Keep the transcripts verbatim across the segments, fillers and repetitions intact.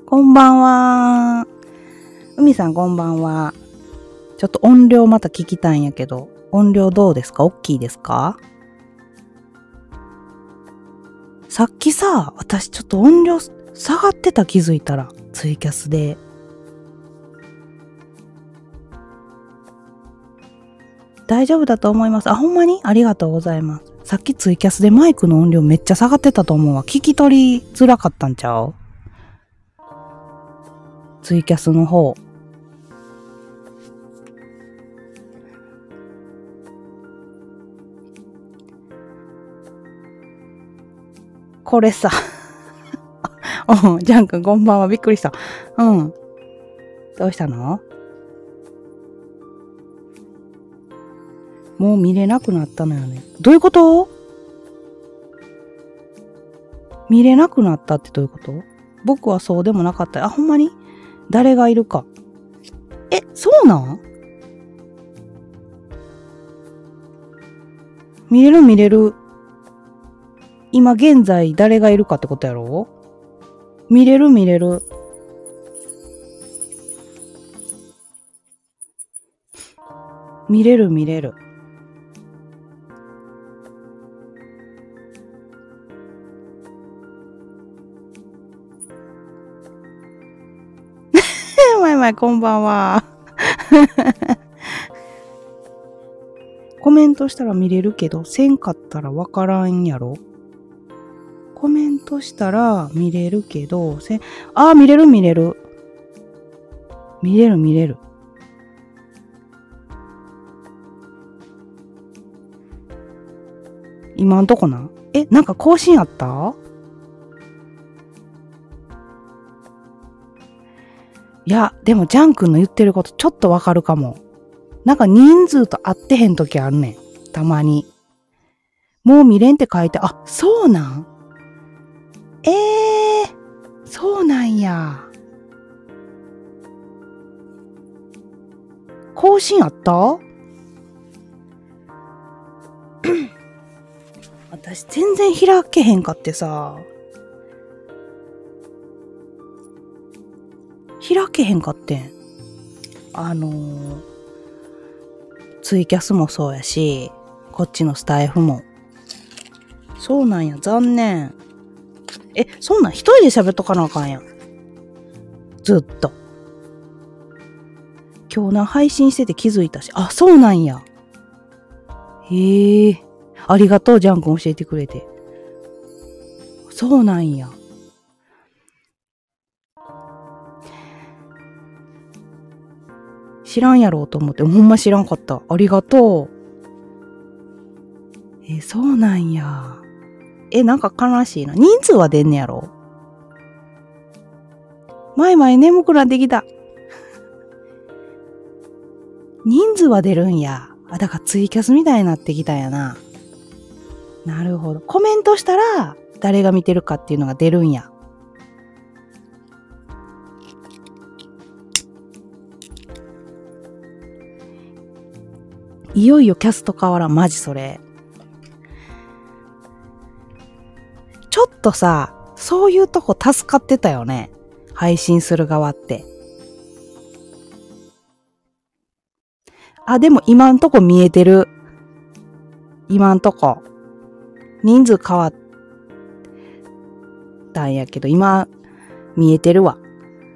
こんばんは。海さんこんばんは。ちょっと音量また聞きたいんやけど、音量どうですか？大きいですか？さっきさ、私ちょっと音量下がってた、気づいたら、ツイキャスで。大丈夫だと思います。あ、ほんまに？ありがとうございます。さっきツイキャスでマイクの音量めっちゃ下がってたと思うわ。聞き取りづらかったんちゃう？ツイキャスの方。これさ。うん、ジャン君こんばんは。びっくりした。うん。どうしたの？もう見れなくなったのよね。どういうこと？見れなくなったってどういうこと？僕はそうでもなかった。あ、ほんまに？誰がいるか。え、そうなん？見れる見れる。今現在誰がいるかってことやろ？見れる見れる。見れる見れる。まいまいこんばんは。コメントしたら見れるけど、せんかったらわからんやろ？コメントしたら見れるけど、せん、あー見れる見れる。見れる見れる。今んとこな。え、なんか更新あった？いや、でもジャン君の言ってることちょっとわかるかも。なんか人数と合ってへんときあるねん。たまに。もう見れんって書いて、あ、そうなん？ええー、そうなんや。更新あった？私全然開けへんかってさ。開けへんかってん。あのー、ツイキャスもそうやし、こっちのスタイフも。そうなんや、残念。え、そんなん一人で喋っとかなあかんやん。ずっと。今日な、配信してて気づいたし。あ、そうなんや。へえ。ありがとう、ジャン君教えてくれて。そうなんや。知らんやろうと思って、ほんま知らんかった。ありがとう。え、そうなんや。え、なんか悲しいな。人数は出んねやろ？前々眠くなってきた。人数は出るんや。あ、だからツイキャスみたいになってきたんやな。なるほど。コメントしたら、誰が見てるかっていうのが出るんや。いよいよキャスト変わらん。マジそれ。ちょっとさ、そういうとこ助かってたよね。配信する側って。あ、でも今んとこ見えてる。今んとこ。人数変わったんやけど、今、見えてるわ。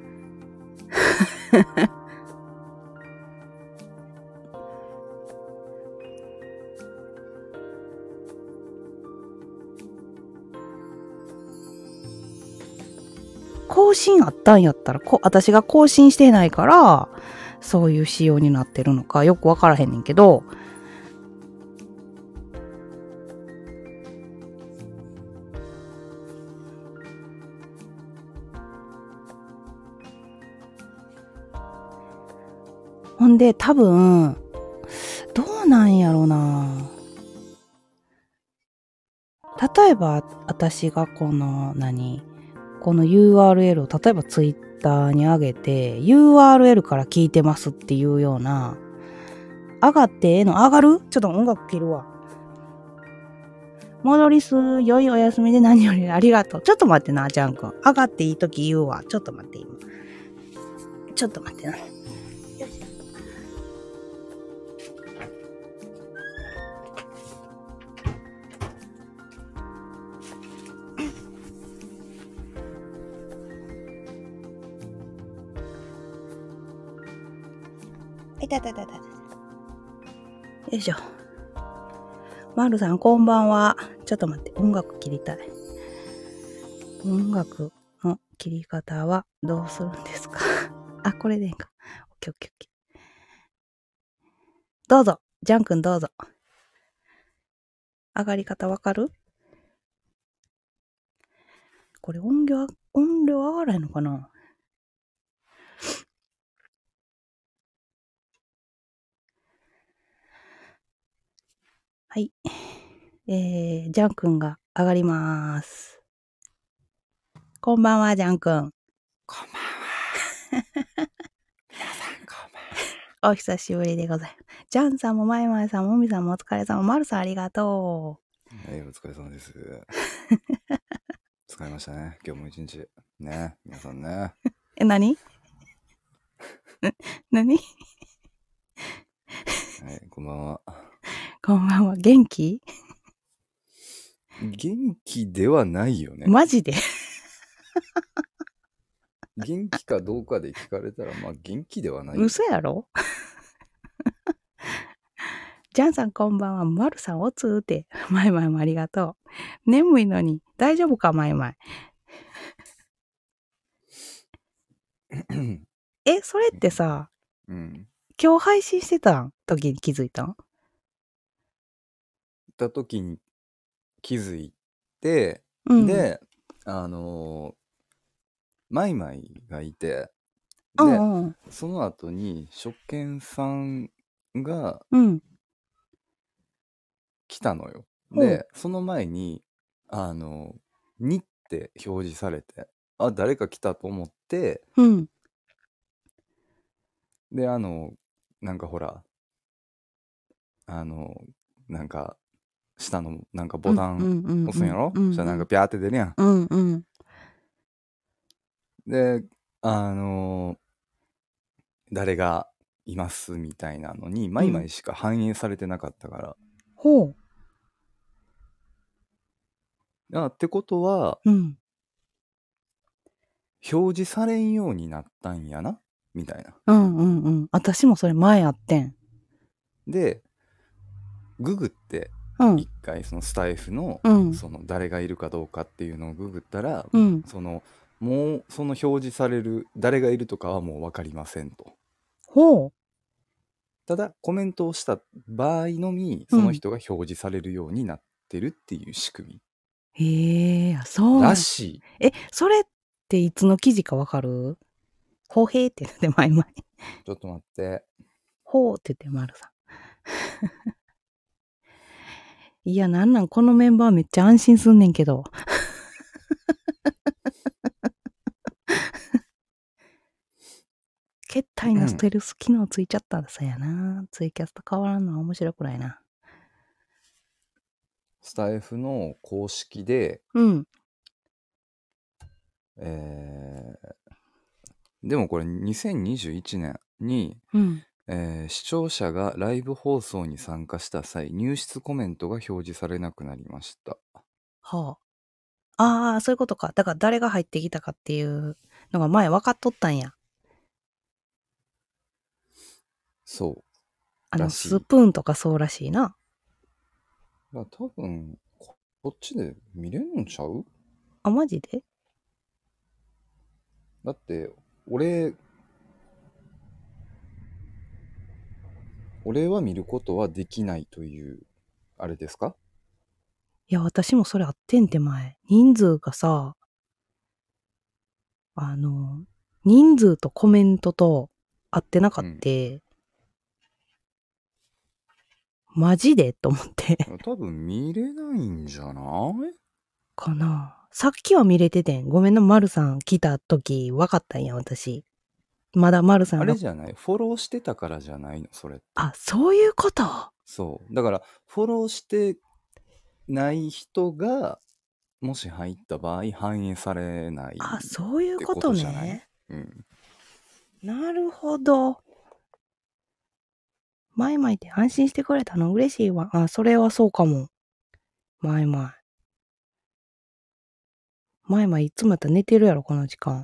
更新あったんやったら、こ、私が更新してないから、そういう仕様になってるのかよくわからへんねんけど、ほんで多分、どうなんやろな。例えば、私がこの、何この ユーアールエル を例えばツイッターに上げて、ユーアールエル から聞いてますっていうような、上がってええの？上がる？ちょっと音楽切るわ。 戻りす、良いお休みで何よりありがとう。ちょっと待ってな、ジャン君。上がっていいとき言うわ。ちょっと待って、今。ちょっと待ってな。よいしょ。いたいたいたいた。よいしょ。まるさん、こんばんは。ちょっと待って、音楽切りたい。音楽の切り方はどうするんですか？あ、これでいいか。オッケーオッケーオッケー。どうぞ。ジャン君どうぞ。上がり方わかる？これ音量、音量上がらないのかな？はい。えー、ジャン君が上がりまーす。こんばんは、ジャン君。 こんばんは。皆さん、こんばんは。 お久しぶりでございます。ジャンさんもマイマイさんもミさんもお疲れ様。マルさんありがとう。はい、お疲れ様です。疲れましたね。今日も一日。ね、皆さんね。 え、何何はい、 こんばんは。 こんばんは。元気？ 元気ではないよね。 マジで元気かどうかで聞かれたら、まあ元気ではない。 嘘やろ？ジャンさんこんばんは。マルさんおつーって。マイマイもありがとう。眠いのに大丈夫かマイマイ。え、それってさ、うん、今日配信してた時に気づいたん？ た時に気づいて、うん、で、あのー、マイマイがいて、で、うんうん、その後に初見さんが来たのよ。うん、で、その前に、あの、にって表示されて、あ、誰か来たと思って、うん、で、あの、なんかほら、あの、なんか、下のなんかボタン押すんやろ？そしたらなんかピャーって出るやん。うんうん、で、あのー、誰がいますみたいなのに、マイマイしか反映されてなかったから。ほう。あ、ってことは、うん、表示されんようになったんやなみたいな。うんうんうん。私もそれ前あってん。で、ググって、一回そのスタイフの、うん、その誰がいるかどうかっていうのをググったら、うん、そのもうその表示される誰がいるとかはもう分かりませんと。ほう。ただコメントをした場合のみその人が表示されるようになってるっていう仕組み。へえ、そうらしい。え、それっていつの記事か分かる？ほへーって言ってまいまい。ちょっと待って。ほーって言ってまるさん。いや、なんなんこのメンバーめっちゃ安心すんねんけど。けったいなステルス機能ついちゃったんさやな。ツイキャスと変わらんのは面白くないな。スタイフの公式で、うん。えー、でもこれにせんにじゅういちねんに、うんえー、視聴者がライブ放送に参加した際、入室コメントが表示されなくなりました。はあ。ああ、そういうことか。だから誰が入ってきたかっていうのが前分かっとったんや。そう。あの、スプーンとかそうらしいな。多分、こっちで見れるんちゃう？あ、マジで？だって、俺、俺は見ることはできないという、あれですか？いや、私もそれあってんて前。人数がさ、あの、人数とコメントと合ってなかった。うん、マジでと思って。多分見れないんじゃないかな。さっきは見れててん。ごめんな、マルさん来た時分かったんや、私。まだマルさんが。あれじゃない？フォローしてたからじゃないのそれって。あ、そういうこと。そう。だから、フォローしてない人がもし入った場合反映されないあ、そういうってここととじゃない？ ね。 うん。 なるほど。マイマイって安心してくれたの嬉しいわ。あ、それはそうかも。マイマイ。マイマイいつもやったら寝てるやろ、この時間。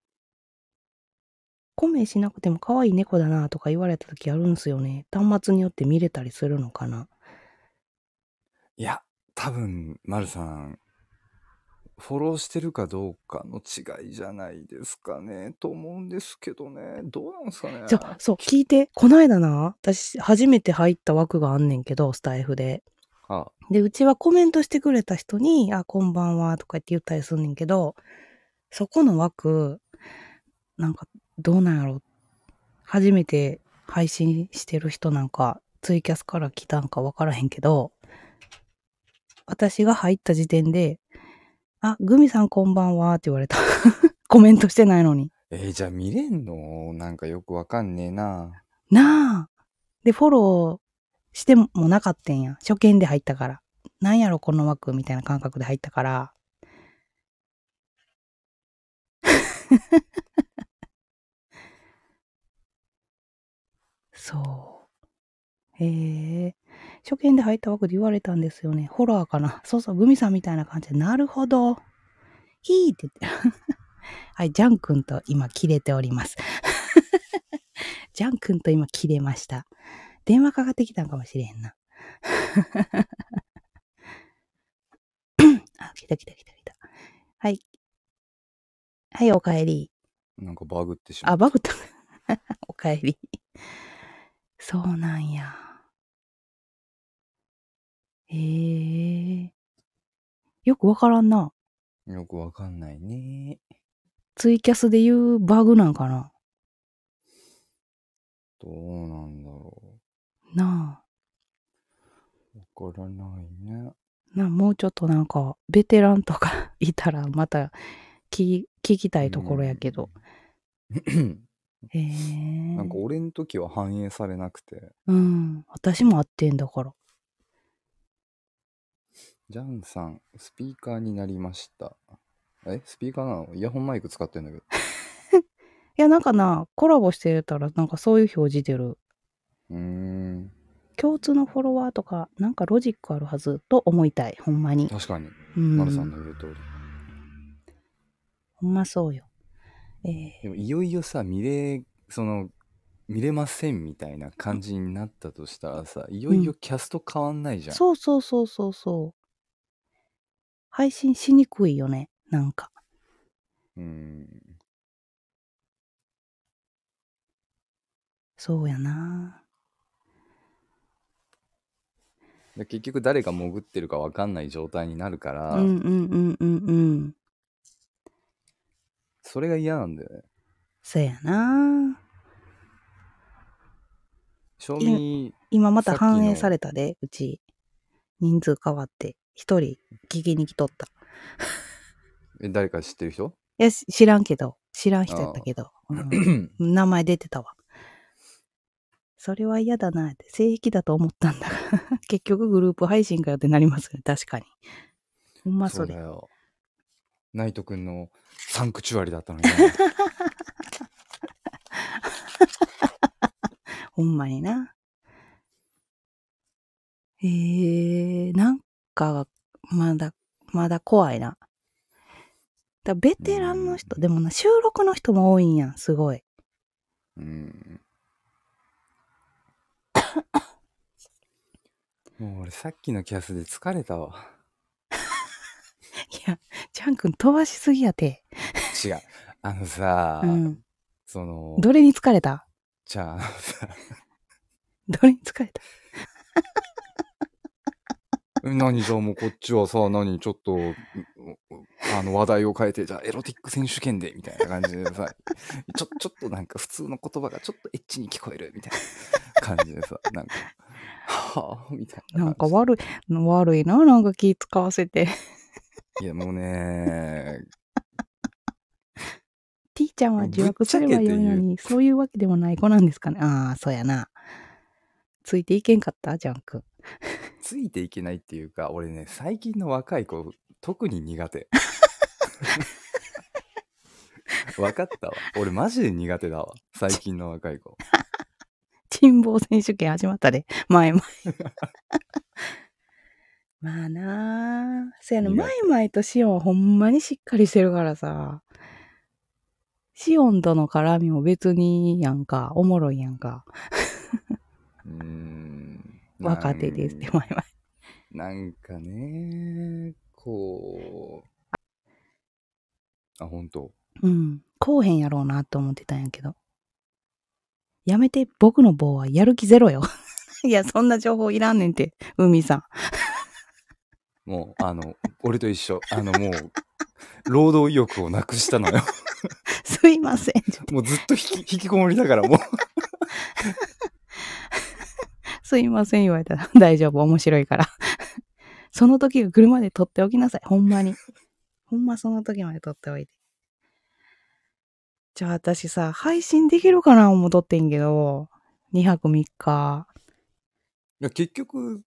コメしなくても可愛い猫だなとか言われた時あるんすよね。端末によって見れたりするのかな。 いや、多分、まるさん、フォローしてるかどうかの違いじゃないですかね、と思うんですけどね。どうなんですかね。 そう、そう、聞いて。こないだな、私、初めて入った枠があんねんけど、スタイフで。 ああで、うちはコメントしてくれた人に、あ、こんばんは、とか言って言ったりすんねんけど、そこの枠、なんか、どうなんやろ。初めて配信してる人なんか、ツイキャスから来たんかわからへんけど、私が入った時点で、あ、グミさんこんばんはって言われた。コメントしてないのに。 えー、じゃあ見れんの？なんかよくわかんねえな。 なあ。で、フォローしてもなかったんや。初見で入ったから。なんやろこの枠みたいな感覚で入ったから。そう。へえ。初見で入った枠で言われたんですよね。ホラーかな。そうそう、グミさんみたいな感じで。なるほど。ヒーって言って。はい、ジャン君と今切れております。ジャン君と今切れました。電話かかってきたんかもしれへんな。あ、来た来た来た来た。はい。はい、おかえり。 なんかバグってしまった。 あ、バグった。おかえり。そうなんや。へえ。よくわからんな。 よくわかんないね。 ツイキャスで言うバグなんかな。 どうなんだろなう。わからないね。 あ。なあ、もうちょっとなんか、ベテランとかいたらまた聞聞きたいところやけど。へえ。 なんか俺の時は反映されなくて。 うん。私もあってんだから。 ジャンさん、スピーカーになりました。えスピーカーなの？イヤホンマイク使ってんだけど。 いや、なんかな、コラボしてたらなんかそういう表示出る。 うーん。 共通のフォロワーとか、なんかロジックあるはずと思いたい。ほんまに。 確かに。 うマルさんん。 の言う通り。 ほんまそうよ。えー、 でもいよいよさ、見れ、その、見れませんみたいな感じになったとしたらさ、いよいよキャスト変わんないじゃん。 そうそうそうそうそう。配信しにくいよね。なんか。 うーん。 そうやな。 で結局誰が潜ってるか分かんない状態になるから、 うんうんうんうんうん。 それが嫌なんだよね。 そうやな。 賞味、 今また反映ささっれたで、うち。人数変わって、一人聞きに来とった。 え、誰か知ってる人？ いや、知らんけど。知らん人やったけど。うん、名前出てたわ。それは嫌だなって。正規だと思ったんだ。結局グループ配信かよってなりますね。確かに。ほんまそれ。 そうだよ。ナイトくんのサンクチュアリだったのにね。 ほんまにな。えー、なんか、まだ、まだ怖いな。だベテランの人、でもな、収録の人も多いんやん、すごい。 うん。もう俺さっきのキャスで疲れたわ。 いや、ジャン君飛ばしすぎやて。 違う。あのさ、 うん。 その、 どれに疲れた？ じゃあ、あのさ、 どれに疲れた？ え何じゃあもうこっちはさ、何ちょっと、うあの話題を変えて、じゃあエロティック選手権で、みたいな感じでさ、ちょ、ちょっとなんか普通の言葉がちょっとエッチに聞こえる、みたいな感じでさ、なんか、はぁ、みたいななん感じ。 か悪い、悪いな、なんか気使わせて。 いやもうね、 T ちゃんは受話すればよいのに、そういうわけでもない子なんですかね。ああ、そうやな。ついていけんかったジャン君。 ついていけないっていうか、俺ね、最近の若い子、特に苦手。分かったわ。俺マジで苦手だわ。最近の若い子。 珍宝選手権始まったで。前々。まあなあ。そやね、マイマイとシオンはほんまにしっかりしてるからさ。シオンとの絡みも別にやんか。おもろいやんか。 うーん。 若手ですって、マイマイ。 なんかね、こう。あ、ほんと。 うん。こうへんやろうなと思ってたんやけど。やめて、僕の棒はやる気ゼロよ。いや、そんな情報いらんねんて、海さん。 もう、あの、俺と一緒。あの、もう、労働意欲をなくしたのよ。 すいません。 もうずっと引き、引きこもりだからもう。 すいません言われたら大丈夫、面白いから。その時が来るまで撮っておきなさい、ほんまに。ほんまその時まで撮っておいて。じゃあ私さ、配信できるかな思っとってんけど、にはくみっか。 いや、結局、ん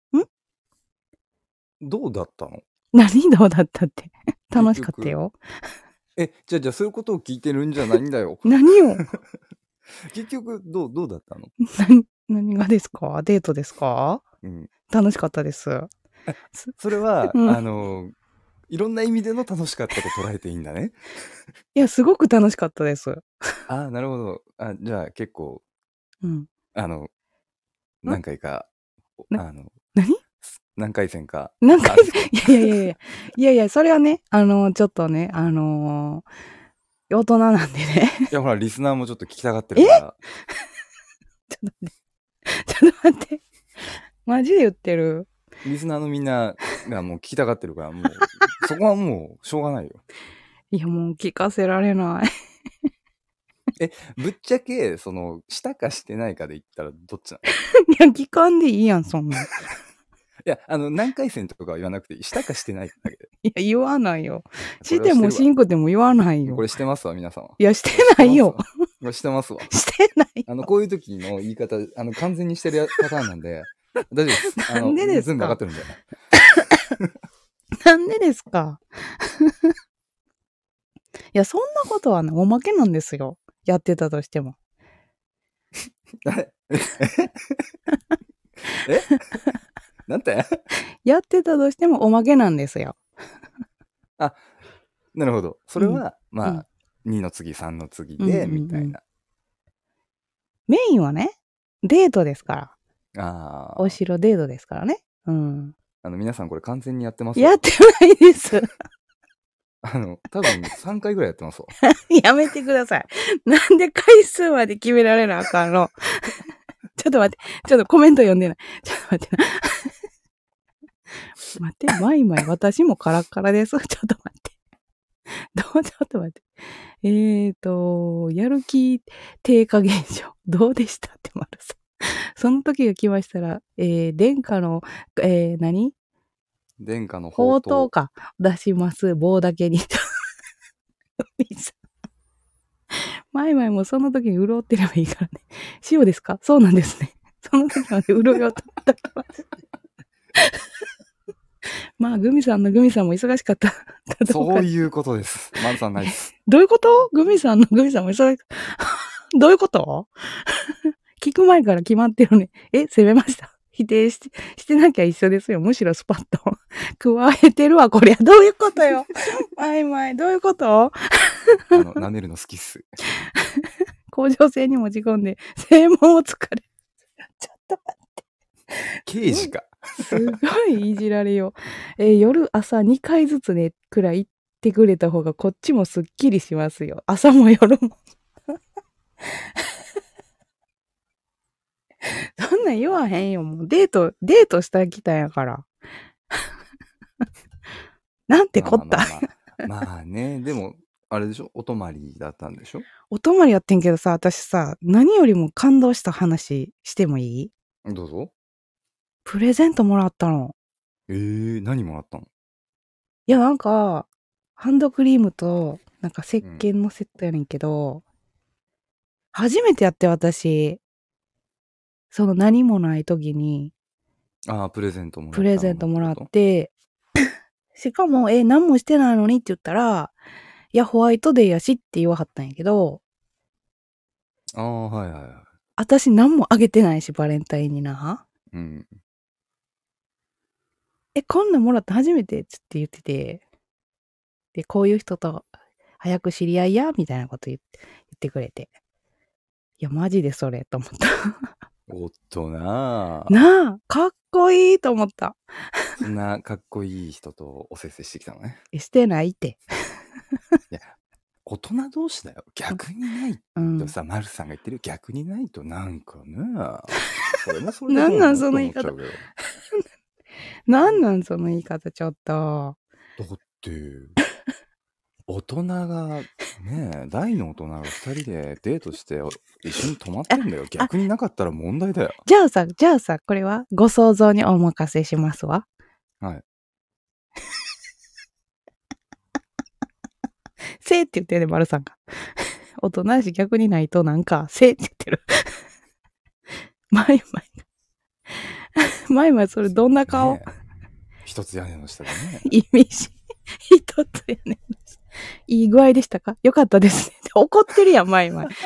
どうだったの？ 何どうだったって。楽しかったよ。 え、じゃあじゃあそういうことを聞いてるんじゃないんだよ。 何を結局、どう、どうだったの？ 何がですか？デートですか？うん。楽しかったです。 それは、うん、あの、いろんな意味での楽しかったと捉えていいんだね。 いや、すごく楽しかったです。 ああ、なるほど。あ、じゃあ結構、うん。あの、何回か、あの、 何何回戦か。 何回戦いやいやいやいや、いやいや、それはね、あの、ちょっとね、あのー、大人なんでね。 いや、ほら、リスナーもちょっと聞きたがってるから。 ちょっと待って。ちょっと待って。マジで言ってる？ リスナーのみんながもう聞きたがってるから、もう、そこはもう、しょうがないよ。 いや、もう聞かせられない。 え、ぶっちゃけ、その、したかしてないかで言ったらどっちなの？いや、聞かんでいいやん、そんな。 いや、あの、何回戦とかは言わなくていい。したかしてないだけで。 いや、言わないよ。してもしんくても言わないよ。 これしてますわ、皆さんは。 いや、してないよ。 これしてますわ。 してないよ。 あの、こういう時の言い方、あの、完全にしてるパターンなんで、大丈夫です。 なんでですか？ 全部わかってるんで。 なんでですか？いや、そんなことはね、おまけなんですよ。やってたとしても。 えなんてやってたとしてもおまけなんですよ。 あ、なるほど。それは、うん、まあ、うん、にの次、さんの次で、うんうんうん、みたいな。 メインはね、デートですから。 ああ。 お城デートですからね。うん。 あの、皆さんこれ完全にやってますよ。やってないです。 あの、多分さんかいぐらいやってますわ。 やめてください。なんで回数まで決められなあかんの。ちょっと待って。ちょっとコメント読んでない。ちょっと待ってな。待って、マイマイ、私もカラッカラです。ちょっと待って。どう、ちょっと待って。えーと、やる気低下現象。どうでしたって丸さん。その時が来ましたら、えー、殿下の、えー、何殿下の宝刀。 宝刀か。出します。棒だけに。マイマイもその時に潤ってればいいからね。塩ですか？そうなんですね。その時まで潤いをとっておきます。まあ、グミさんのグミさんも忙しかったかどうか。そういうことです。マルさんないです。 どういうこと？グミさんのグミさんも忙しかった。どういうこと聞く前から決まってるね。え、責めました。否定して、してなきゃ一緒ですよ。むしろスパッと。加えてるわ、こりゃ。どういうことよ。マイマイ、どういうことあの、舐めるの好きっす。 甲状腺に持ち込んで、正門を疲れ。ちょっと待って。 刑事か。 すごいいじられよう。えー、夜朝にかいずつね、くらい行ってくれた方がこっちもすっきりしますよ。朝も夜も。そんなん言わへんよ。もうデート、デートしたきたんやから。なんてこった。 まあ、まあまあ、まあね、でも、あれでしょ？お泊まりだったんでしょ？ お泊まりやってんけどさ、私さ、何よりも感動した話してもいい？どうぞ。 プレゼントもらったの。 えー、何もらったの？ いや、なんか、ハンドクリームと、なんか石鹸のセットやねんけど、うん、初めてやって私、その何もない時に、 ああ、プレゼントもらったプレゼントもらって、しかも、え、何もしてないのにって言ったら、いや、ホワイトデーやしって言わはったんやけど、 ああ、はいはいはい。 私何もあげてないし、バレンタインにな。 うん。 え、こんなんもらった初めてっつって言ってて、で、こういう人と早く知り合いや、みたいなこと言って、言ってくれて。いや、マジでそれ、と思った。 おっとなあ。 なあ、かっこいいと思った。 そんなかっこいい人とおせっせしてきたのね。 してないって。 いや、大人同士だよ。逆にないとさ、マルさんが言ってる逆にないとなんかね、それもそれでどうなのって思っちゃうけど。 なんなんその言い方ちょっと。 だって、大人がね、大の大人がふたりでデートして一緒に泊まってんだよ。逆になかったら問題だよ。 じゃあさ、じゃあさ、これはご想像にお任せしますわ。 はい。 せーって言ってね、丸さんが。大人やし逆にないとなんか、せーって言ってる。まいまい。まいまい、それどんな顔、ね、 一つ屋根の下でね。 意味し。一つ屋根の下。いい具合でしたか？よかったですね。怒ってるやん、まいまい。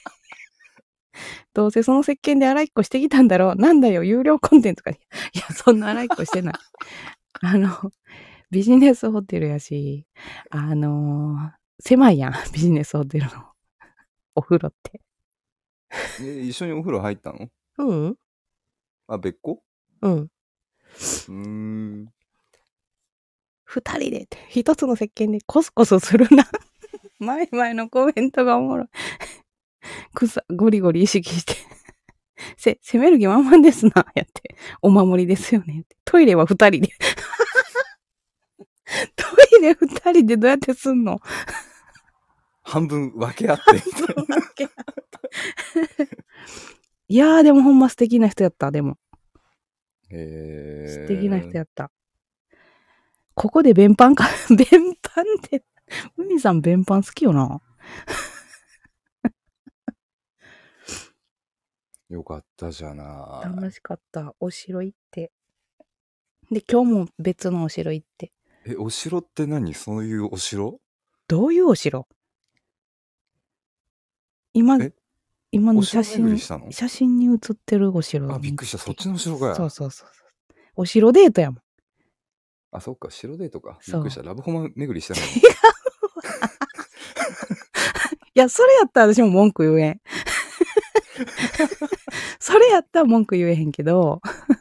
どうせその石鹸で洗いっこしてきたんだろう。なんだよ、有料コンテンツか。いや、そんな洗いっこしてない。あの、ビジネスホテルやし、あのー、狭いやん、ビジネスホテルのお風呂って。 え、一緒にお風呂入ったの？ うん。 あ、別個？ うん。 うーん。 二人で、一つの石鹸でコスコスするな。前々のコメントがおもろい。草、ゴリゴリ意識して。せ、攻める気満々ですな、やって。お守りですよね。トイレは二人で。トイレ二人でどうやってすんの？ 半分分け合ってみたいな。分け合って。 いやー、でもほんま素敵な人やった、でも。 へー。 素敵な人やった。ここで弁パンか。弁パンって、海さん弁パン好きよな。 よかったじゃない。 楽しかった。お城行って。で、今日も別のお城行って。 え、お城って何？そういうお城？ どういうお城？今、今の写真、写真に写ってるお城。 あ、びっくりした。そっちのお城かよ。 そうそうそう。お城デートやもん。 あ、そっか。城デートか。びっくりした。ラブホマ巡りしたの。違う。 いや、それやったら私も文句言えん。それやったら文句言えへんけど。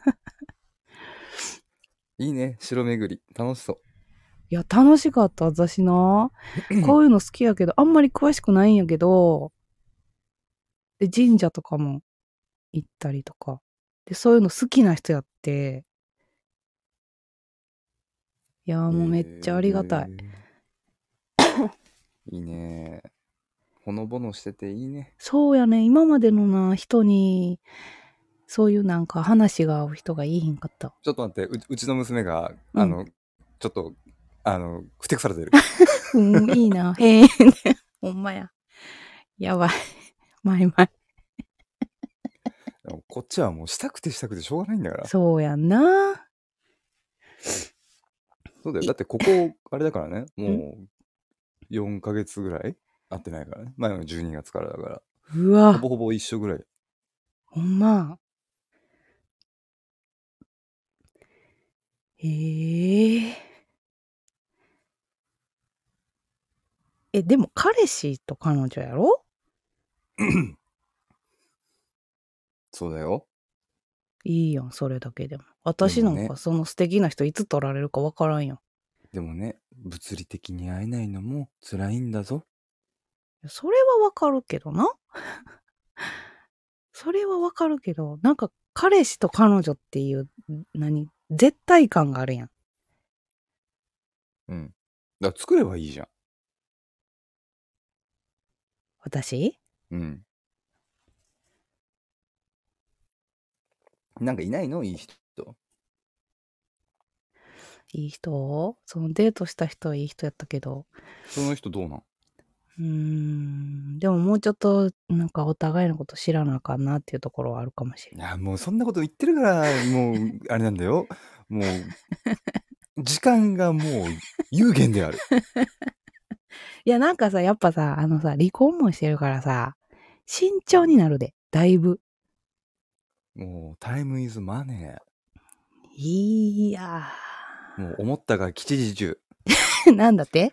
いいね。城巡り。楽しそう。 いや、楽しかった。私な。こういうの好きやけど、あんまり詳しくないんやけど、で、神社とかも行ったりとか。で、そういうの好きな人やって。いや、もうめっちゃありがたい。 えー、いいね。ほのぼのしてていいね。 そうやね。今までのな、人に、そういうなんか話が合う人がいいひんかった。 ちょっと待って、う, うちの娘が、うん、あの、ちょっと、あの、ふてくされてる。 うん、いいな。へえ、ほんまや。やばい。まいまい。 こっちはもうしたくてしたくてしょうがないんだから。 そうやんな。 そうだよ。だってここ、あれだからね、もうよんかげつぐらい会ってないからね。前のじゅうにがつからだから。 うわ。 ほぼほぼ一緒ぐらい。 ほんま。へえ。え、でも彼氏と彼女やろ？ そうだよ。 いいやん、それだけでも。私なんかその素敵な人いつ取られるかわからんやん。 でもね、物理的に会えないのも辛いんだぞ。 それはわかるけどな。それはわかるけど、なんか彼氏と彼女っていう、何絶対感があるやん。 うん。だから作ればいいじゃん。 私？ うん。なんかいないの？いい人。 いい人？そのデートした人はいい人やったけど。 その人どうなん？ うーん、 ん。でももうちょっと、なんかお互いのこと知らなあかんなっていうところはあるかもしれいない。 や、もうそんなこと言ってるから、もう、あれなんだよ。もう、時間がもう有限である。 いや、なんかさ、やっぱさ、あのさ、離婚もしてるからさ、慎重になるで、だいぶ。 もう、タイムイズマネいやー。もう、思ったが吉時中。 ー。なんだって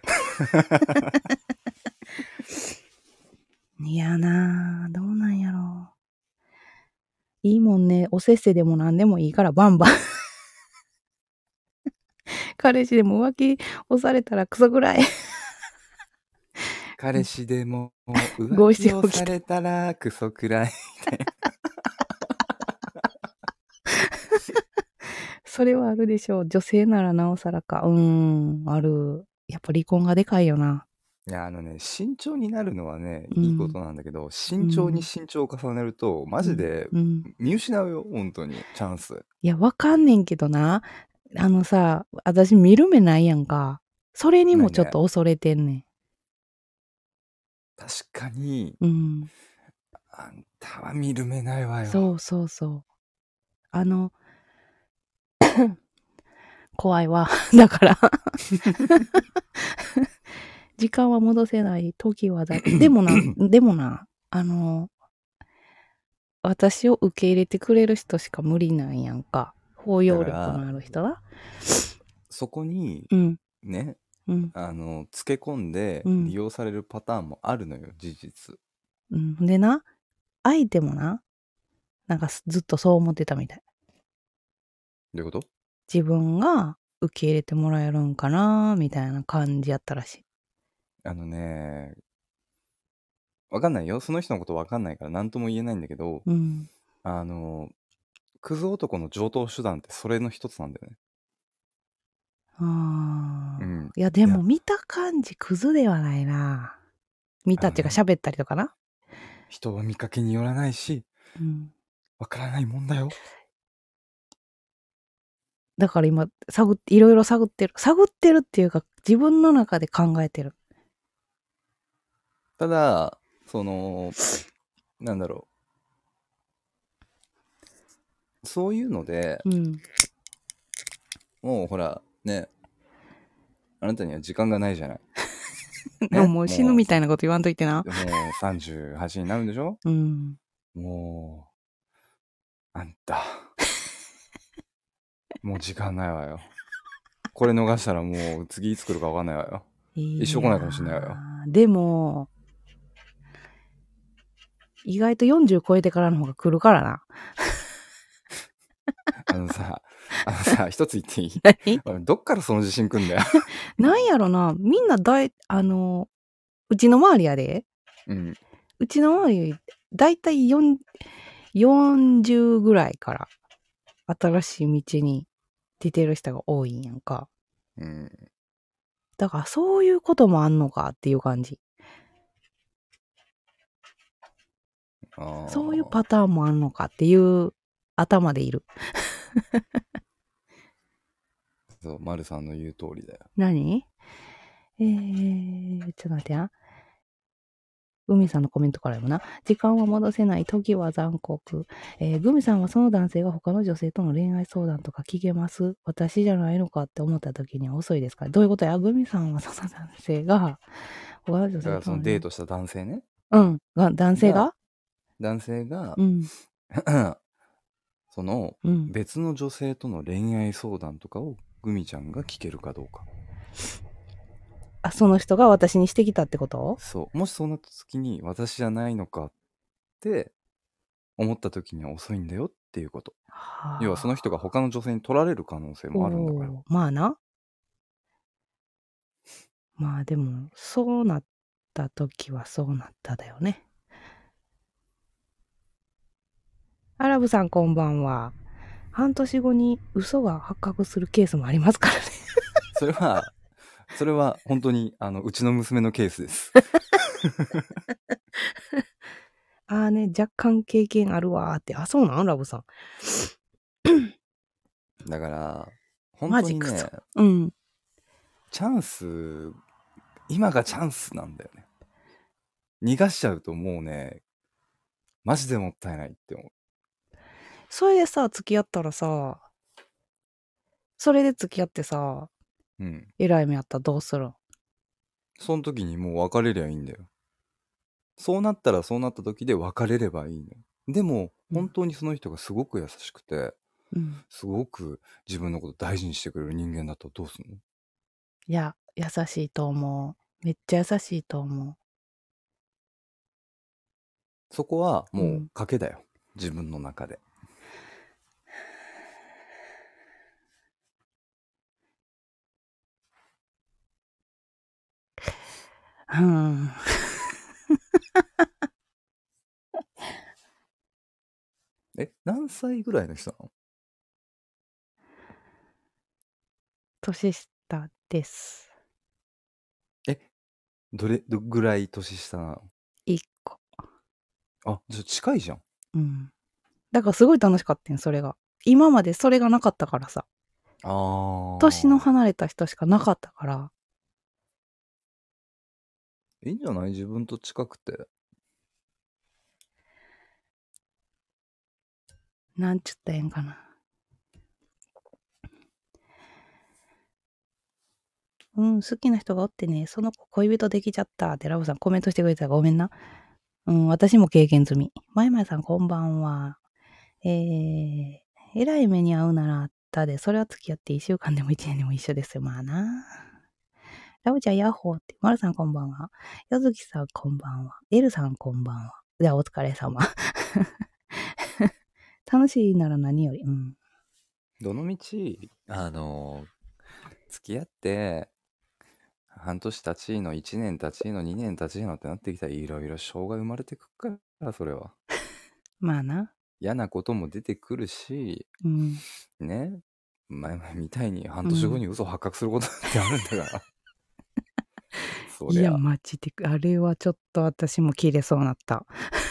いやなぁ、どうなんやろう。いいもんね、おせっせでもなんでもいいからバンバン。彼氏でも浮気をされたらクソぐらい。 彼氏でも浮気をされたらクソくらい。 それはあるでしょう。女性ならなおさらか。うーん、ある。やっぱ離婚がでかいよな。 いや、あのね、慎重になるのはね、いいことなんだけど、慎重に慎重を重ねると、マジで見失うよ、本当に、チャンス。 いや、わかんねんけどな。あのさ、私見る目ないやんか。それにもちょっと恐れてんねん。 確かに、 うん。 あんたは見る目ないわよ。 そうそうそう。あの、怖いわ。だから時間は戻せない時はだ。でもな、でもな、あの、私を受け入れてくれる人しか無理なんやんか。包容力のある人だ。 そこに、 うん、 ね、 うん、 あの、つけ込んで利用されるパターンもあるのよ、事実。 うん。でな、相手もな、なんかずっとそう思ってたみたい。 どういうこと？ 自分が受け入れてもらえるんかなみたいな感じやったらしい。 あのね、わかんないよ。その人のことわかんないから何とも言えないんだけど、 うん。 あの、クズ男の常套手段ってそれの一つなんだよね。 ああ、 うん。 いや、でも見た感じクズではないな。見たっていうか喋ったりとかな。 人は見かけによらないし、うん、わからないもんだよ。 だから今、探って、いろいろ探ってる。探ってるっていうか、自分の中で考えてる。 ただ、その、なんだろう。そういうので、うん、もうほら、ね、あなたには時間がないじゃない。 ね、もう死ぬみたいなこと言わんといてな。 もうさんじゅうはちになるんでしょ？うん。もう、あんた。もう時間ないわよ。これ逃したらもう次いつ来るか分かんないわよ。一生来ないかもしれないわよ。 でも、意外とよんじゅう超えてからの方が来るからな。 あのさ、あのさ、一つ言っていい？何？どっからその自信くんだよ。 なんやろな、みんなだい、あの、うちの周りやで。うん。うちの周り、だいたいよんじゅうぐらいから新しい道に出てる人が多いんやんか。うん。だからそういうこともあんのかっていう感じ。そういうパターンもあんのかっていう頭でいる。 そう、丸さんの言う通りだよ。 何？えー、ちょっと待ってや。グミさんのコメントからもな。時間は戻せない。時は残酷。えー、グミさんはその男性が他の女性との恋愛相談とか聞けます？私じゃないのかって思った時には遅いですか？どういうことや？グミさんはその男性が他の女性との、 だからそのデートした男性ね。 うん。が男性が男性が、 うん、 その別の女性との恋愛相談とかをグミちゃんが聞けるかどうか。 あ、その人が私にしてきたってこと？ そう。もしそうなった時に私じゃないのかって思った時には遅いんだよっていうこと。はあ、要はその人が他の女性に取られる可能性もあるんだから。 まあな。まあでも、そうなった時はそうなっただよね。アラブさんこんばんは。半年後に嘘が発覚するケースもありますからね。 それは、それは本当に、あの、うちの娘のケースです。 ああね、若干経験あるわーって。あ、そうなんラブさん。 だから、本当にね、 うん。 チャンス、今がチャンスなんだよね。 逃がしちゃうともうね、マジでもったいないって思う。 それでさ、付き合ったらさ、それで付き合ってさ、 うん。 えらい目あったらどうするん？ その時にもう別れりゃいいんだよ。そうなったらそうなった時で別れればいいのよ。でも、 うん本当にその人がすごく優しくて、 うん。 すごく自分のこと大事にしてくれる人間だったらどうすんの？ いや、優しいと思う。めっちゃ優しいと思そこはう。うもうんん。 賭けだよ。自分の中で。 うん。 え、何歳ぐらいの人なの？ 年下です。 え、どれ、どぐらい年下なの？ いっこ。 あ、じゃあ近いじゃん。 うん。だからすごい楽しかったん、それが。今までそれがなかったからさ。 あー。 年の離れた人しかなかったから。 いいんじゃない？自分と近くて。 なんちゅったらええんかな。うん、好きな人がおってね、その子恋人できちゃったってラブさんコメントしてくれてたらごめんな。うん、私も経験済み。まいまいさんこんばんは。えー、えらい目に遭うならあったで、それは付き合っていっしゅうかんでもいちねんでも一緒ですよ。まあな。ラブちゃんヤッホーって、まるさんこんばんは。よずきさんこんばんは。エルさんこんばんは。じゃあお疲れ様。楽しいなら何より。うん。 どのみち、あの付き合って、半年経ちの、いちねん経ちの、にねん経ちのってなってきたらいろいろ障害生まれてくっから、それは。 まあな。 嫌なことも出てくるし、 うん。 ね、前々みたいに半うん。 年後に嘘発覚することってあるんだから。そいや、 りゃ。 マジで、あれはちょっと私も切れそうなった。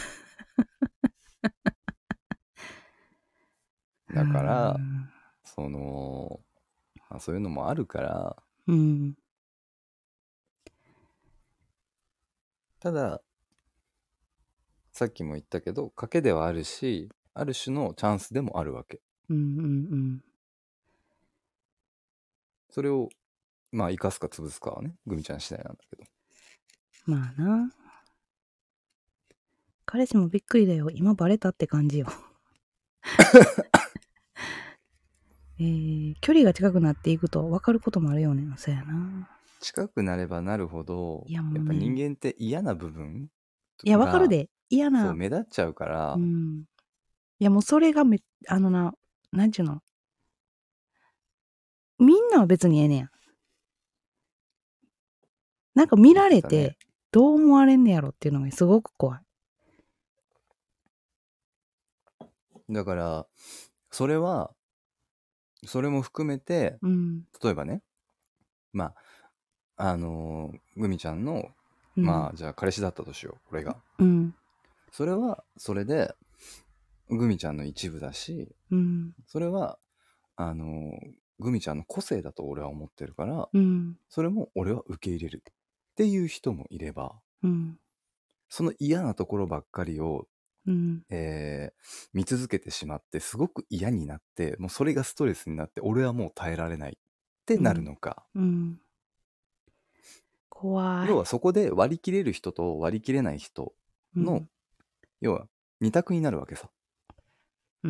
うーだから、 ん。 その、まあ、そういうのもあるから、 うん。 ただ、さっきも言ったけど、賭けではあるし、ある種のチャンスでもあるわけ。 うんうんうん。 それを、まあ、生かすか潰すかはね、グミちゃん次第なんだけど。 まあな。彼氏もびっくりだよ。今バレたって感じよ。えー、距離が近くなっていくと分かることもあるよね。そうやな。 近くなればなるほど、 いやもやっぱ人うね。 間って嫌な部分いや、分かるが、 で。嫌そう、 な。 目立っちゃうかうら、 ん。いやもうそれがめ、あのな、なんちゅうの。みんなは別にええねやん。なんか見られ言ってたね。 てどう思われんねやろっていうのがすごく怖い。 だから、それは、それも含めて、 うん。 例えばね、まあ、あのーグミちゃんの、 うん、 まあ、じゃあ彼氏だったとしよう、これが。 うん。 それは、それで、グミちゃんの一部だし、 うん。 それは、あのーグミちゃんの個性だと俺は思ってるから、 うん。 それも俺は受け入れるっていう人もいれば、 うん。 その嫌なところばっかりを、 うん。 えー見続けてしまってすごく嫌になって、もうそれがストレスになって俺はもう耐えられないってなるのか、 うん。怖い。 要はそこで割り切れる人と割り切れない人の、 うん。 要は二択になるわけさ。 うん。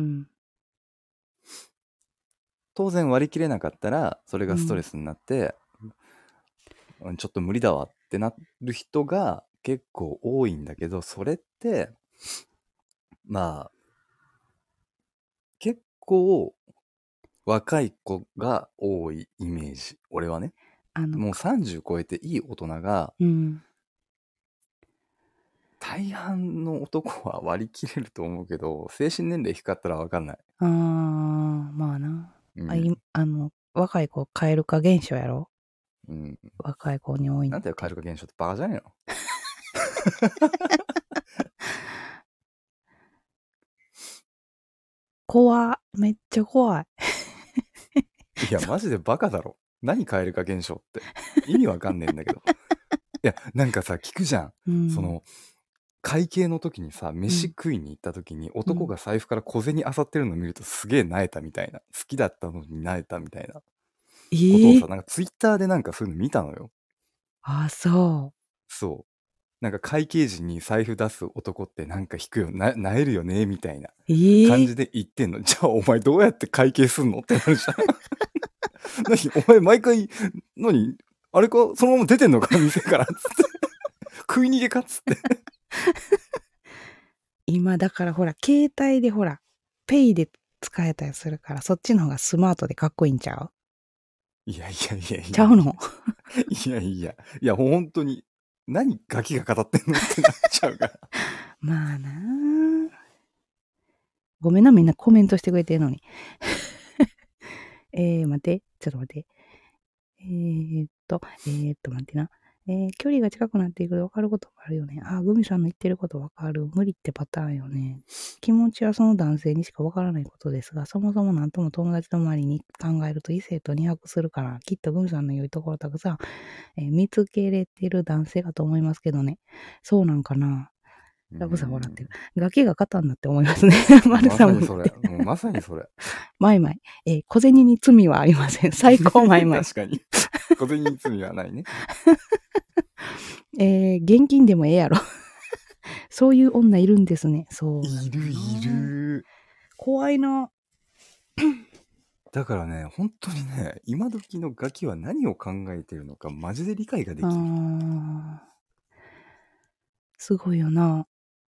当然割り切れなかったらそれがストレうん。 スになって、うんちょっと無理だわってなる人が結構多いんだけど、それってまあ結構若い子が多いイメージ、俺はね。 あの、 もうさんじゅう超えていい大人が、 うん。 大半の男は割り切れると思うけど、精神年齢低かったら分かんない。 ああ、まあな。あ、い、 うん。 あの、若い子、蛙化現象やろ？ うん。 若い子に多いのなんだよ、 って。 蛙化現象ってバカじゃねえの？ 怖い。めっちゃ怖い。 いや、マジでバカだろ。何蛙化現象って。意味わかんねえんだけど。いや、なんかさ、聞くじゃん。 うん。 その、 会計の時にさ、飯食いに行った時に、男が財布から小銭漁ってるの見るとすげえ萎えたみたいな。好きだったのに萎えたみたいなえことをさ、 ー、 なんかツイッターでなんかそういうの見たのよ。 あ、そそう。なんか会計時に財布出す男ってなんか引くよ、な、萎えるよねみたいなう。えー、 感じで言ってんの。じゃあお前どうやって会計すんのってなるじゃん。何お前毎回、何あれかそのまま出てんのか店からっつって。食い逃げかっつって。 今だからほら、携帯でほら、ペイで使えたりするから、そっちの方がスマートでかっこいいんちゃう？ いやいやいやいや。 ちゃうの？ いやいや。いや、本当に、何ガキが語ってんのってなっちゃうから。 まあなぁ。ごめんな、みんなコメントしてくれてるのに。えー、待って、ちょっと待って。えー、っと、えー、っと、待ってな。えー、距離が近くなっていくと分かることもあるよね。あ、グミさんの言ってること分かる。無理ってパターンよね。気持ちはその男性にしか分からないことですが、そもそも何とも友達の周りに考えると異性と二泊するから、きっとグミさんの良いところたくさん、えー見つけれてる男性かと思いますけどね。そうなんかな。ラブさん笑ってる。ガキが勝たんなって思いますね。マルまさんもさにそれ。もうまさにそれ。 マイマイ。えー小銭に罪はありません。最高マイマイ。 確かに。小銭に罪はないね。 えー現金でもええやろ。そういう女いるんですね。そう。 いるいる。 怖いな。 だからね、本当にね、今時のガキは何を考えてるのか、マジで理解ができある。 ーすごいよな。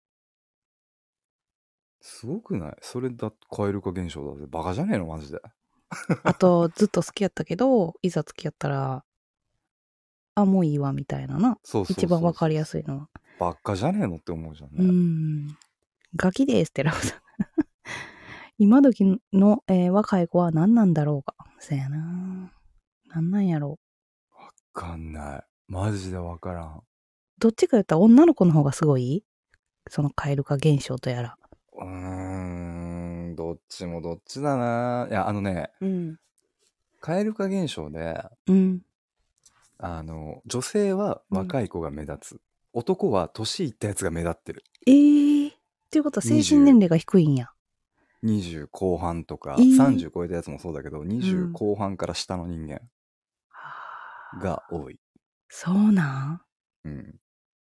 すごくない？それだって蛙化現象だぜ。バカじゃねえのマジで。 あと、ずっと好きやったけど、いざ付き合ったら、あ、もういいわ、みたいなな。 そうそうそうそう一番わかりやすいのは。 バカじゃねえのって思うじゃんうね。 ん。ガキですってラブさん。今時の、えー若い子は何なんだろうか。そやな。何なんやろう。 わかんない。マジでわからん。 どっちか言ったら女の子の方がすごい？その蛙化現象とやら。 うーん、どっちもどっちだな。いや、あのね、 うん。 蛙化現象で、 うん。 あの、女性は若い子が目立つ。男は年いったやつが目立ってる。 えー。っていうことは精神年齢が低いんや。 にじゅう後半とか、 えーさんじゅう超えたやつもそうだけど、にじゅううん後半から下の人間が多い。 そうなんうん。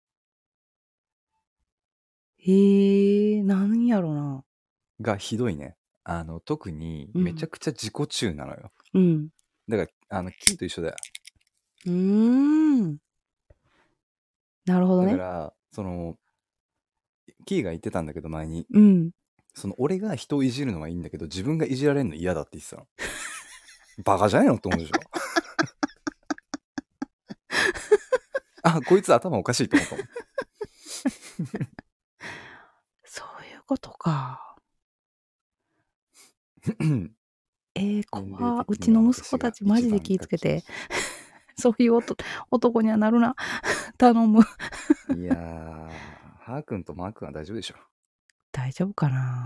へえー、なんやろな。 がひどいね。あの、特にめちゃくちゃ自己中なのよ。 うん。 だから、あの、キーと一緒だよ。 うーん。なるほどね。 だから、その、キーが言ってたんだけど前に、 うん。 その俺が人をいじるのはいいんだけど、自分がいじられるの嫌だって言ってたの。バカじゃねえのって思うでしょ。あ、こいつ頭おかしいと思ったもん。 そういうことか。えー、怖うちの息子たちマジで気ぃつけて。そういう男男にはなるな。頼む。 いやー、ハーくんとマーくんは大丈夫でしょ。 大丈夫かな。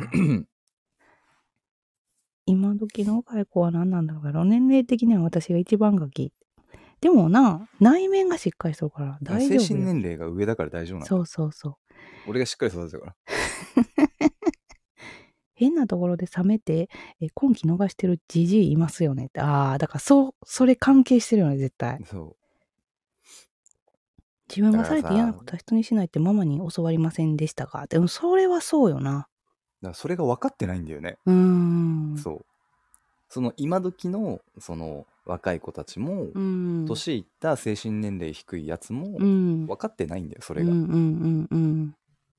今時の若い子は何なんだろう。年齢的には私が一番ガキ。でもな、内面がしっかりしてるから大丈夫よ。 精神年齢が上だから大丈夫なんだ。 そうそうそう。 俺がしっかり育てたから。 変なところで冷めて、え今期逃してるじじいいますよねって。ああ、だからそう、それ関係してるよね、絶対。 そう。 自分がされて嫌なことは人にしないってママに教わりませんでしたか。でもそれはそうよな。だからそれが分かってないんだよね。 うーん。 そう。その今時のその若い子たちも、 うん。 年いった精神年齢低いやつもうん分かってないんだよ、それが。 うんうんうんうん。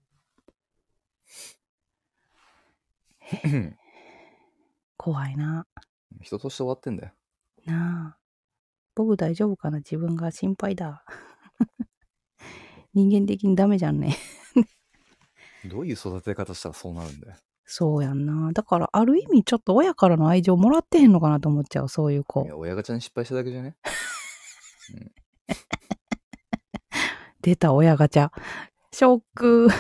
怖いな。 人として終わってんだよ。 なあ。僕大丈夫かな、自分が心配だ。人間的にダメじゃんね。 どういう育て方したらそうなるんだよ。 そうやんな。だからある意味ちょっと親からの愛情もらってへんのかなと思っちゃう、そういう子。 いや、親ガチャに失敗しただけじゃね、うん、 出た親ガチャ。ショック。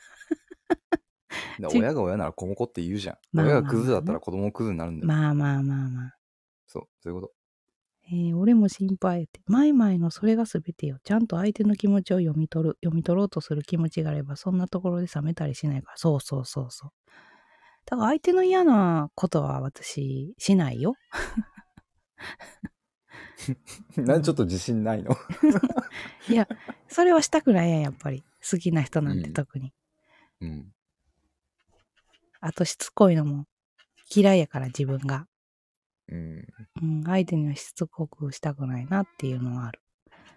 親が親なら子も子って言うじゃん。まあまあまあ、親がクズだったら子供もクズになるんだよ。 まあまあまあまあ。 そう、そういうこと。 えー俺も心配って。マイマイのそれが全てよ。ちゃんと相手の気持ちを読み取る。読み取ろうとする気持ちがあれば、そんなところで冷めたりしないから。そうそうそうそう。だから相手の嫌なことは私しないよ。 なんでちょっと自信ないの？ いや、それはしたくないやん、やっぱり。好きな人なんて特に。 うん。 あとしつこいのも嫌いやから自分が。 うん。 うん、相手にはしつこくしたくないなっていうのはある。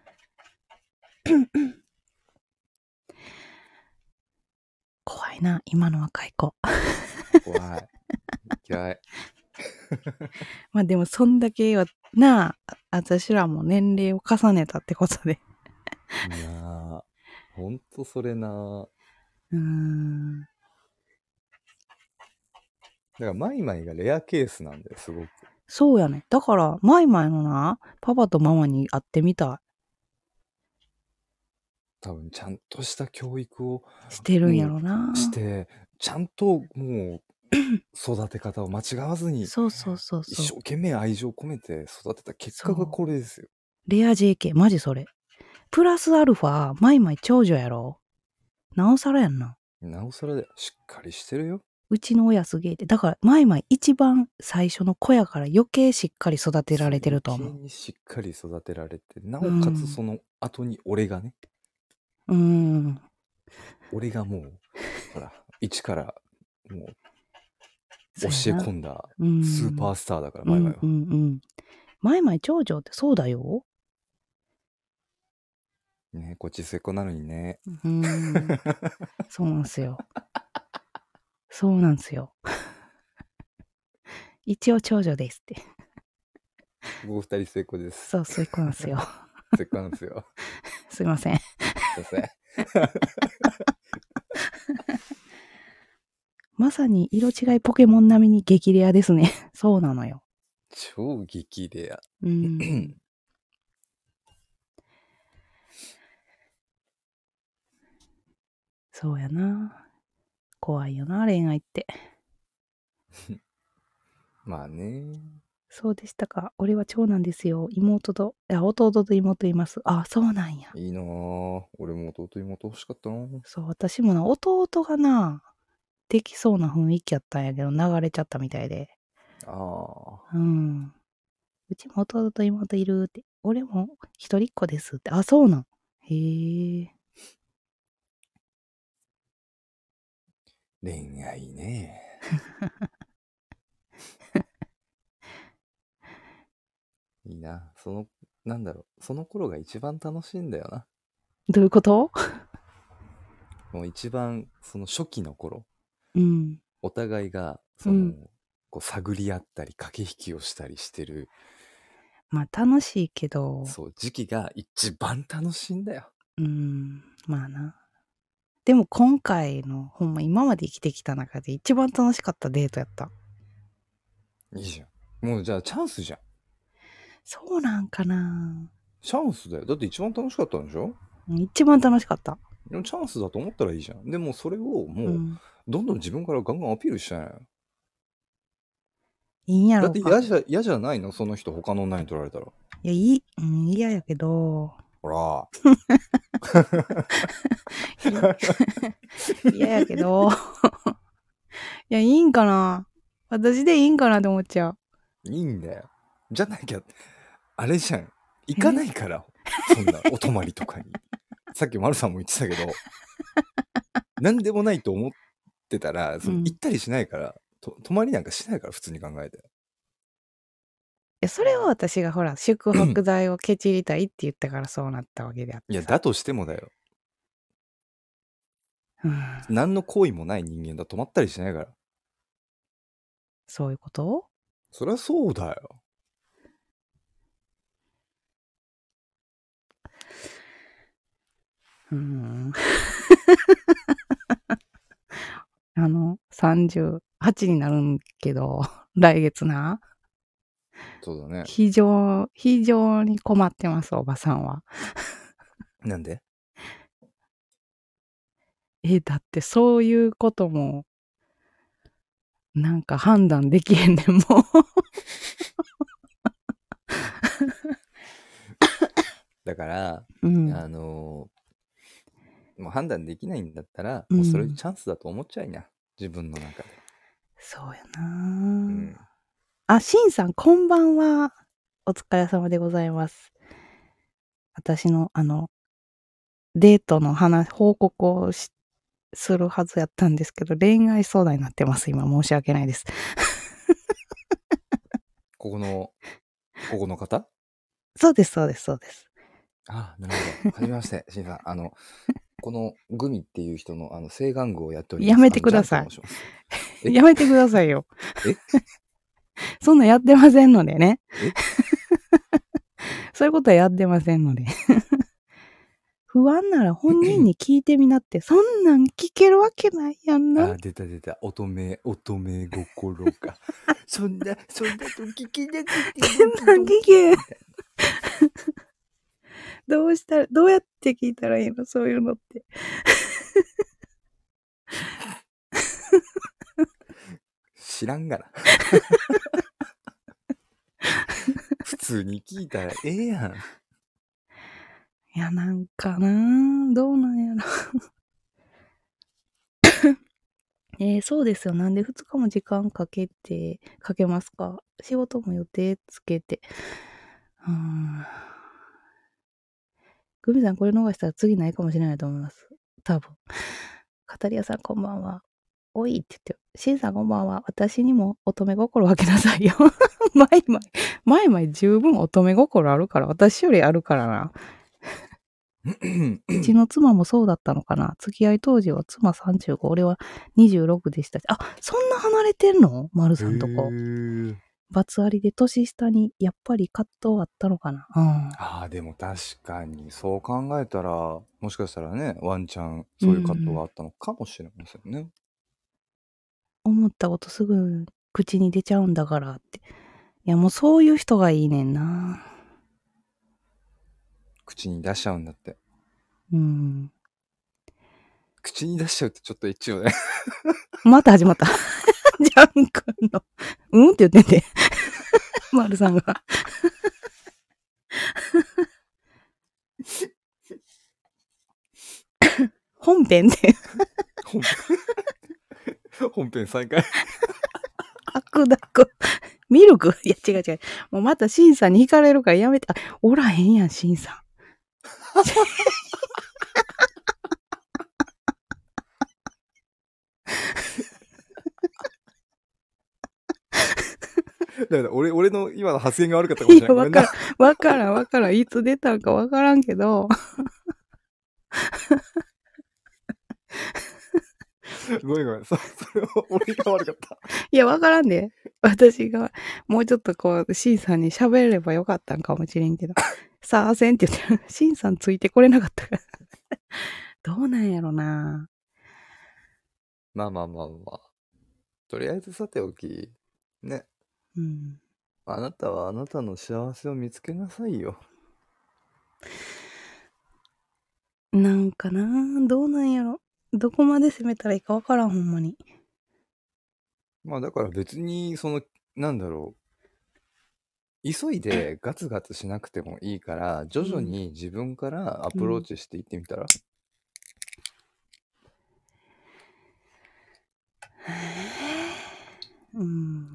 怖いな、今の若い子。 怖い。嫌い。 まあでもそんだけはなあ、私らも年齢を重ねたってことで。 いやー、ほんとそれなー。 うーん。 だからマイマイがレアケースなんだよ、すごく。 そうやね。だから、マイマイのな、パパとママに会ってみた多分ちゃんとした教育をい。してるんやろな。 して、ちゃんともう育て方を間違わずに、 そうそうそうそう。 一生懸命愛情を込めて育てた結果がこれですよ。 レア ジェーケー、マジそれ。プラスアルファ、マイマイ長女やろ。なおさらやんな。 なおさらでしっかりしてるよ。 うちの親すげえって。だから、マイマイ一番最初の子やから余計しっかり育てられてると思う。 余計にしっかり育てられて、なおかつその後に俺がね、 うん。 俺がもう、ほら、一からもう教え込んだスーパースターだから、マイマイは。 うんうんうん。マイマイ長女ってそうだよ。 ね、こっち末っ子なのにね。 うん。そうなんすよ。そうなんすよ。一応長女ですって。 僕二人末っ子です。 そう、末っ子なんすよ。 末っ子なんですよ。 すいません。 すいません。 まさに色違いポケモン並みに激レアですね。そうなのよ。 超激レア。 うん。そうやな。怖いよな、恋愛って。 まあね。 そうでしたか。俺は長男ですよ。妹と、いや、弟と妹います。あ、そうなんや。 いいなぁ。俺も弟妹欲しかったな。 そう、私もな、弟がな、できそうな雰囲気やったんやけど、流れちゃったみたいで。 ああ。 うん。うちも弟と妹いるって。俺も一人っ子ですって。あ、そうなん。へえ。 恋愛ね。いいな。その、なんだろう。その頃が一番楽しいんだよな。 どういうこと？ もう一番、その初期の頃。 うん。 お互いが、その、 うん、 こう探り合ったり、駆け引きをしたりしてる。 まあ楽しいけど。 そう、時期が一番楽しいんだよ。 うん、まあな。でも今回の、ほんま今まで生きてきた中で一番楽しかったデートやった。 いいじゃん。もうじゃあチャンスじゃん。 そうなんかな。 チャンスだよ。だって一番楽しかったんでしょ？ 一番楽しかった。 でもチャンスだと思ったらいいじゃん。でもそれをもう、 うん、 どんどん自分からガンガンアピールしちゃうよ。 いいんやだろうか。 って嫌じゃ、嫌じゃないの？その人他の女に取られたら。 いや、いい、うん、嫌やけど。 ほら。 嫌やけど。いや、いいんかな。私でいいんかなって思っちゃう。 いいんだよ。じゃなきゃ、あれじゃん。行かないから。そんなお泊まりとかに。さっき丸さんも言ってたけど、なんでもないと思ってたら、そのうん、 行ったりしないから、と泊まりなんかしないから、普通に考えて。いや、それは私がほら、宿泊代をケチりたいって言ったからそうなったわけであって。 いや、だとしてもだよ。 うん、 何の行為もない人間だ。泊まったりしないから。 そういうこと？ そりゃそうだよ。 うん。あの、さんじゅうはちになるんけど、来月な。 そうだね。 非常、非常に困ってます、おばさんは。 なんで？ え、だってそういうことも、なんか判断できへんねん、もう。 だから、 うん。 あのーもう判断できないんだったら、 うもうそれチん。 ャンスだと思っちゃいな。自分の中で。 そうやうな。 ん。 あ、しんさん、こんばんは。お疲れ様でございます。私の、あの、デートの話、報告をしするはずやったんですけど、恋愛相談になってます。今、申し訳ないです。 ここの、ここの方そうです、そうです、そうです。 ああ、なるほど。はじめまして、しんさん。あの、このグミっていう人のあの正玩具をやっております。 やめあの、ジャンとてください。 申します。えやめてくださいよ。 えそんなんやってませんのでね。 えそういうことはやってませんので。不安なら本人に聞いてみなって、そんなん聞けるわけないやんな。 あー、出た出た。乙女、乙女心か。そんな、そんなと聞けなくてドキドキ。 聞け。 みたいどうしたら、どうやって聞いたらいいのそういうのって。 知らんがな。普通に聞いたらええやん。 いや、なんかなぁ。どうなんやろ。えー、そうですよ。なんでふつかも時間かけて、かけますか？仕事も予定つけて。うーん。グミさんこれ逃したら次ないかもしれないと思います。多分。カタリアさんこんばんは。おいって言ってよ。シンさんこんばんは。私にも乙女心分けなさいよ。マイマイ、マイマイ十分乙女心あるから、私よりあるからな。うちの妻もそうだったのかな。付き合い当時は妻さんじゅうご、俺はにじゅうろくでしたし。あ、そんな離れてんの？丸さんとこ。バツありで年下にやっぱり葛藤あったのかな。うん。 ああ、でも確かに、そう考えたら、もしかしたらね、ワンチャン、そういう葛藤があったのかもしれませんね。 思ったことすぐ口に出ちゃうんだからって。いや、もうそういう人がいいねんな。 口に出しちゃうんだって。 うん。 口に出しちゃうってちょっと一応ね。 また始まった。ジャン君の、うんって言ってんで。丸さんが。本編で。 本編、本編再開。 悪だこ。ミルクいや、違う違う。もうまたシンさんに惹かれるからやめて。あ、おらへんやん、シンさん。 だから俺、俺の今の発言が悪かったかもしれない。 いや、わからん、わからん、わからん。いつ出たんかわからんけど。 ごめんごめん。そ、それは俺が悪かった。 いや、わからんで。私が、もうちょっとこう、シンさんに喋ればよかったんかもしれんけど。さあせんって言ってる。シンさんついてこれなかったから。どうなんやろな。 まあまあまあまあ。とりあえずさておき、ね。 うん。 あなたはあなたの幸せを見つけなさいよ。 なんかな、どうなんやろ。どこまで攻めたらいいかわからん、ほんまに。 まあだから別に、その、なんだろう。急いでガツガツしなくてもいいから、徐々に自分からアプローチしていってみたら、 うん。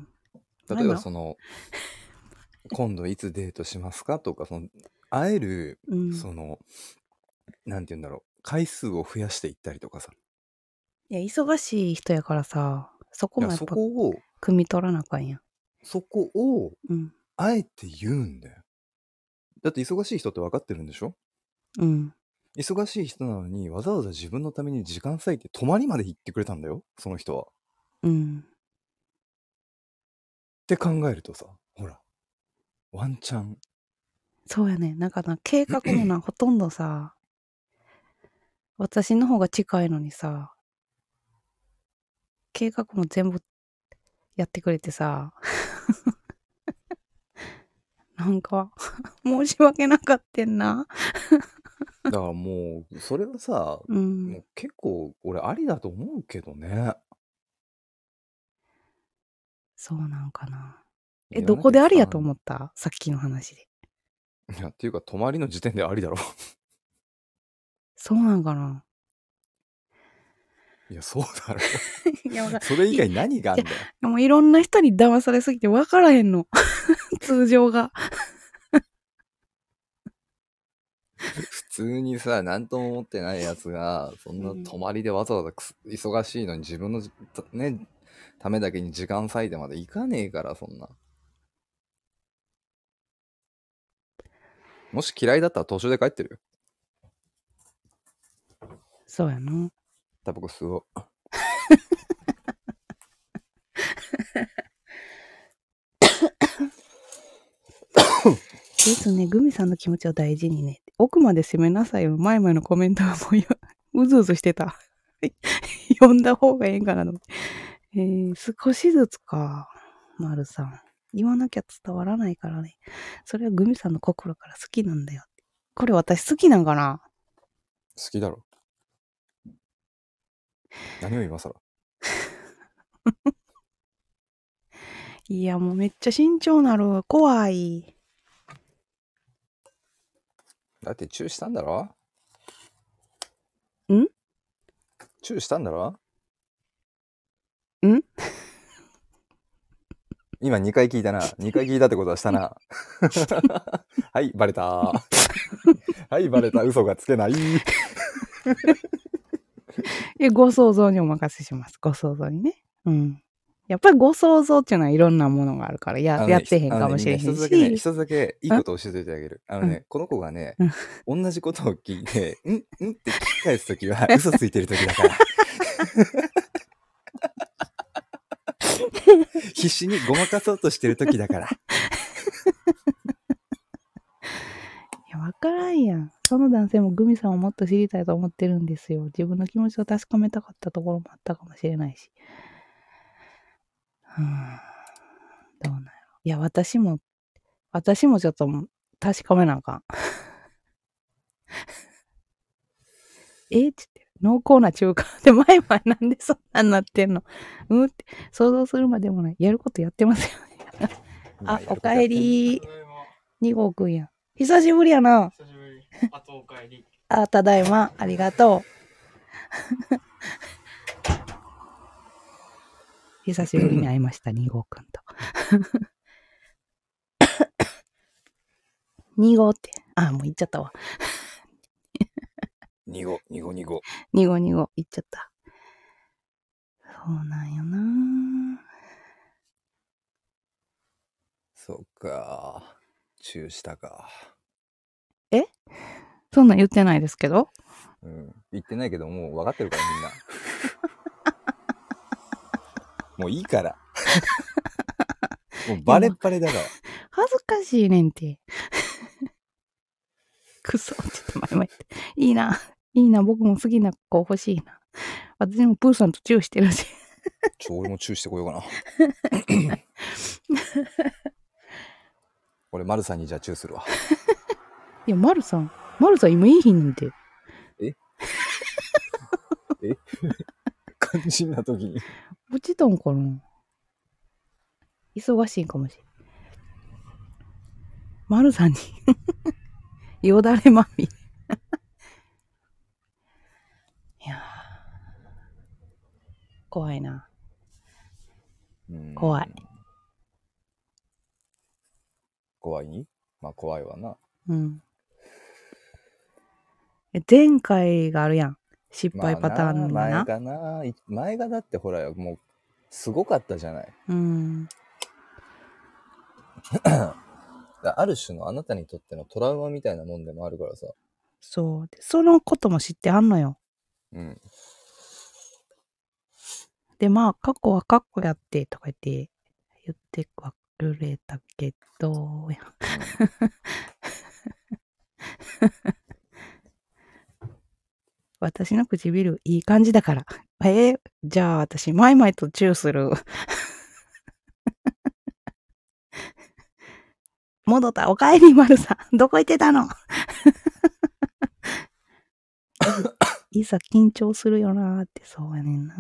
例えばその、今度いつデートしますかとか、その、会える、 うん、 その、なんて言うんだろう。回数を増やしていったりとかさ。 いや、忙しい人やからさ、そこいや、 もやっぱ、 そこを、 汲み取らなあかんやん。 そこを、 うん。 あえて言うんだよ。だって忙しい人って分かってるんでしょ？ うん。 忙しい人なのに、わざわざ自分のために時間割いて泊まりまで行ってくれたんだよ、その人は。 うん。 って考えるとさ、ほら、ワンチャン。 そうやね。なんかな、計画もな、ほとんどさ、私の方が近いのにさ、計画も全部やってくれてさ、なんか、申し訳なかったんな。 だからもう、それはさ、 うん。 もう結構俺ありだと思うけどね。 そうなんかな。え、 言わなきゃどこでありやと伝わんない。 思った？さっきの話で。 いや、っていうか、泊まりの時点でありだろ。 そうなんかな。 いや、そうだろ。 いや、 それ以外何があんだよ。 でもいろんな人に騙されすぎて分からへんの。通常が。 普通にさ、なんとも思ってないやつが、そんな泊まりでわざわざくす忙しいのに自分のじね、ためだけに時間割いてまで行かねえから、そんな。もし嫌いだったら途中で帰ってるよ。 そうやな。 タバコ吸おう。 ですね、グミさんの気持ちを大事にね。奥まで攻めなさいよ。前々のコメントはもううずうずしてた。読んだ方がいいかなと。えー、少しずつか。まるさん。言わなきゃ伝わらないからね。それはグミさんの心から好きなんだよ。これ私好きなんかな？ 好きだろ。何を今更。 いや、もうめっちゃ慎重なる。怖い。 だってチューしたんだろ？ ん？ チューしたんだろ？ ん？ 今にかい聞いたな。にかい聞いたってことはしたな。はい、バレた。はい、バレた。嘘がつけない。 え、ご想像にお任せします。ご想像にね。うん。やっぱりご想像っていうのはいろんなものがあるからや、ね、やってへんかもしれへんし。 一つだけね、一つだけいいことを教えておいてあげる。あのね、うん、この子がね、うん、同じことを聞いて、んんって聞き返すときは嘘ついてるときだから。必死にごまかそうとしてるときだから。いや、わからんやん。その男性もグミさんをもっと知りたいと思ってるんですよ。自分の気持ちを確かめたかったところもあったかもしれないし。うん。どうなんやろ。いや、私も、私もちょっと確かめなあかん。えっつって、濃厚な中華で前々なんでそんなんなってんのうんって想像するまでもない。やることやってますよね。あ、おかえり。に号くんや。久しぶりやな。久しぶり。あとおかえり。あ、ただいま。ありがとう。久しぶりに会いました、に号くんと。に号って。あ、もう言っちゃったわ。 に号、に号、に号。 に号、に号。言っちゃった。そうなんよな。 そうか。チューしたか。 え？そんなん言ってないですけど。 うん。言ってないけど、もう分かってるからみんな。もういいから。もうバレッバレだから。 恥ずかしいねんて。くそって言って前々って。いいな。いいな。僕も好きな子欲しいな。私もプーさんとチューしてるし。 ちょ、俺もチューしてこようかな。俺、マルさんにじゃあチューするわ。 いや、マルさん。マルさん今いい日なんて。 ええ肝心な時に。 落ちたんかな？忙しいかもしれん。マルさんによだれまみれ。いや怖いな。怖い。 怖い？まあ怖いわな。 うん。前回があるやん。失敗パターンがな。 まあ、前がな。前がだってほら、もう、すごかったじゃない。 うん。 ある種のあなたにとってのトラウマみたいなもんでもあるからさ。 そう。そのことも知ってあんのよ。 うん。 で、まあ、過去は過去やってとか言って、言ってくれたけど、私の唇いい感じだから。えー、じゃあ私、マイマイとチューする。戻った。おかえり、まるさん。どこ行ってたのいざ緊張するよなーって、そうやねんな。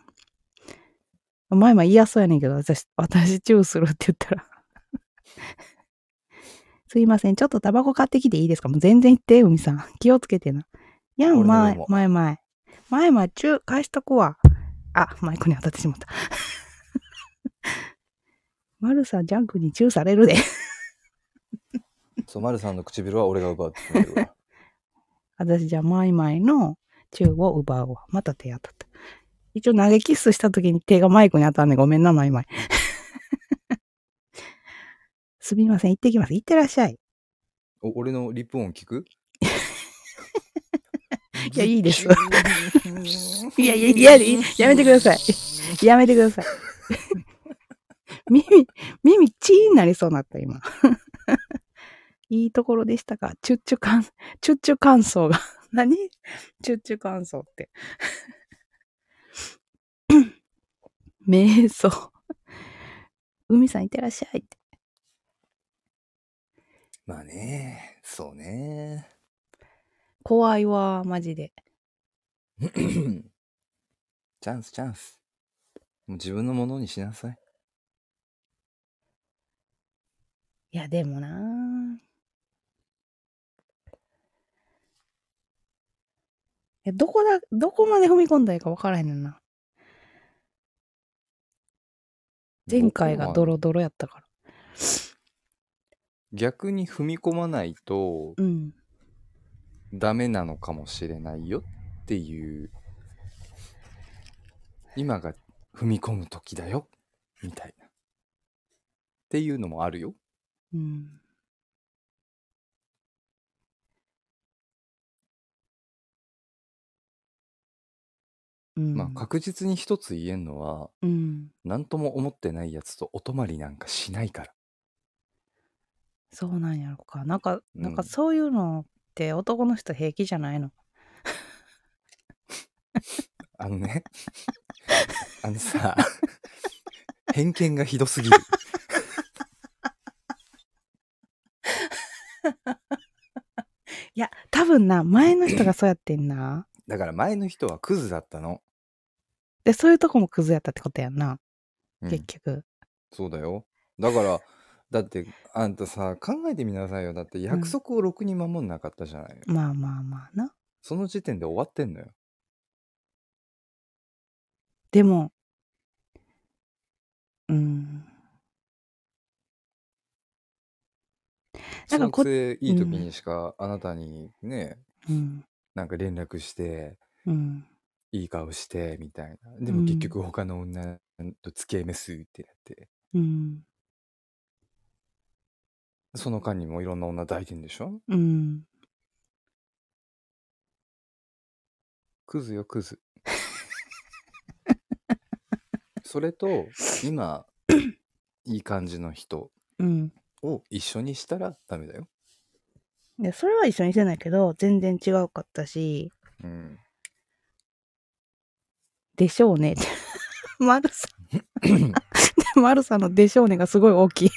マイマイ嫌そうやねんけど、私、私チューするって言ったら。 すいません。ちょっとタバコ買ってきていいですか？もう全然言って、海さん。気をつけてな。やん、前、前、前。前、前、中、返しとくわ。あ、マイクに当たってしまった。マルさん、ジャンクにチューされるで。 そう、マルさんの唇は俺が奪うって決めてるわ。 私、じゃあ、マイマイのチューを奪うわ。また手当たった。一応、投げキッスした時に手がマイクに当たんねん。ごめんな、マイマイ。すみません。行ってきます。行ってらっしゃい。 お、俺のリップ音聞く？ いや、いいです。いやいや、いや、やめてください。やめてください。耳、耳、チーンなりそうになった、今。いいところでしたか？チュッチュ感、チュッチュ感想が。何？チュッチュ感想って。瞑想。海さんいってらっしゃいって。 まあね、そうね。 怖いわ、マジで。 チャンス、チャンス。もう自分のものにしなさい。 いや、でもなぁ。え、どこだ、どこまで踏み込んだらいいか分からへんねんな。前回がドロドロやったから。 逆に踏み込まないと、うん、ダメなのかもしれないよっていう、今が踏み込む時だよみたいなっていうのもあるよ。うん。うん、まあ確実に一つ言えんのは、うん、何とも思ってないやつとお泊まりなんかしないから。 そうなんやろか。なんか、うん、なんかそういうのって男の人平気じゃないの？ あのね、あのさ、偏見がひどすぎる。 いや、多分な、前の人がそうやってんな。 だから前の人はクズだったの。 で、そういうとこもクズやったってことやんな。うん、結局。 そうだよ。だから、だって、あんたさ、考えてみなさいよ。だって約束をろくに守んなかったじゃない、 うん。まあまあまあな。 その時点で終わってんのよ。 でも、うん。 なんかこいい時にしかあなたにね、うん、なんか連絡して、うん、いい顔してみたいな。でも結局他の女と付き合いますってなって、うん、その間にもいろんな女抱いてんでしょ。うん。クズよクズ。それと今いい感じの人を一緒にしたらダメだよ。 いや、それは一緒にしてないけど、全然違うかったし、うん、でしょうね。マルさん。マルさんのでしょうねがすごい大きい。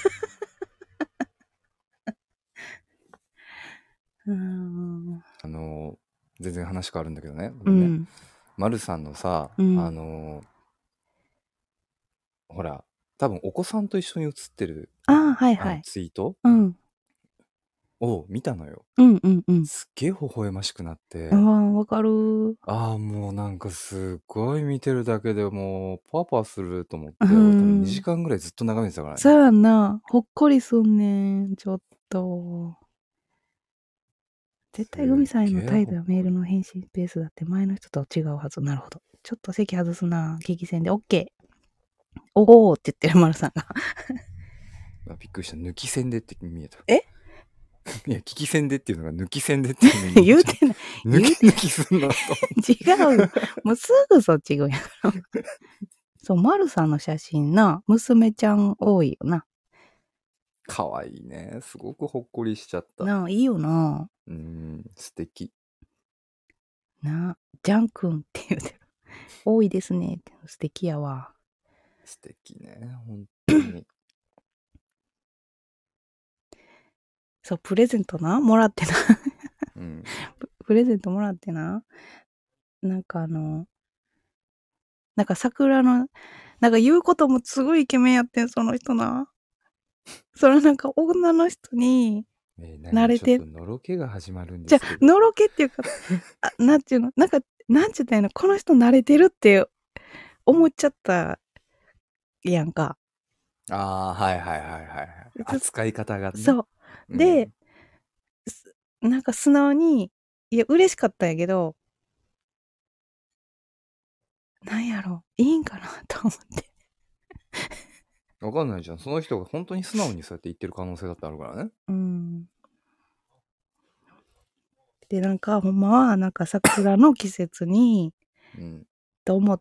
うーん、あの全然話変わるんだけどね。ごめんね。うん、マルさんのさ、うん、あのほら、多分お子さんと一緒に写ってる、 あ、はいはい、 ツイート、うん、を見たのよ。 うんうんうん。 すっげえ微笑ましくなって。 ああ、わかる。 ああ、もうなんかすっごい見てるだけでもうパワパワすると思って、俺多分にじかんぐらいずっと眺めてたからね。 そうやんな。ほっこりすんねん、ちょっと。絶対グミさんへの態度やメールの返信ペースだって前の人と違うはず。なるほど。ちょっと席外すな。激戦で OK。おおって言ってる丸さんが。 びっくりした。抜き線でって見えた。 えいや、聞き線でっていうのが抜き線でっていうの言うてない。 抜き抜きすんのと。 違うよ。もうすぐそっち行くんやから。そう、丸さんの写真な、娘ちゃん多いよな。 かわいいね。すごくほっこりしちゃった。 なあ、いいよな。 うん、素敵。 なあ、ジャン君って言うてる。多いですね。素敵やわ。 素敵ね、本当に。 そう、プレゼントな、もらってな。うん、プレゼントもらってな。なんかあの、なんか桜の、なんか言うこともすごいイケメンやってん、その人な。 そのなんか女の人にえー、 慣れて、 ちょっとのろけが始まるんでじゃすけど。 のろけっていうか、あ、なんていうの、なんか、なんちゅったんやの、この人慣れてるって思っちゃったやんか。 ああ、はいはいはいはいはい。扱い方がね。 そう。で、うん、なんか素直に、いや、嬉しかったんやけど、なんやろ、いいんかなと思って。 わかんないじゃん。その人が本当に素直にそうやって言ってる可能性だってあるからね。 うん。で、なんか、ほんまは、なんか桜の季節に、うん、と思って、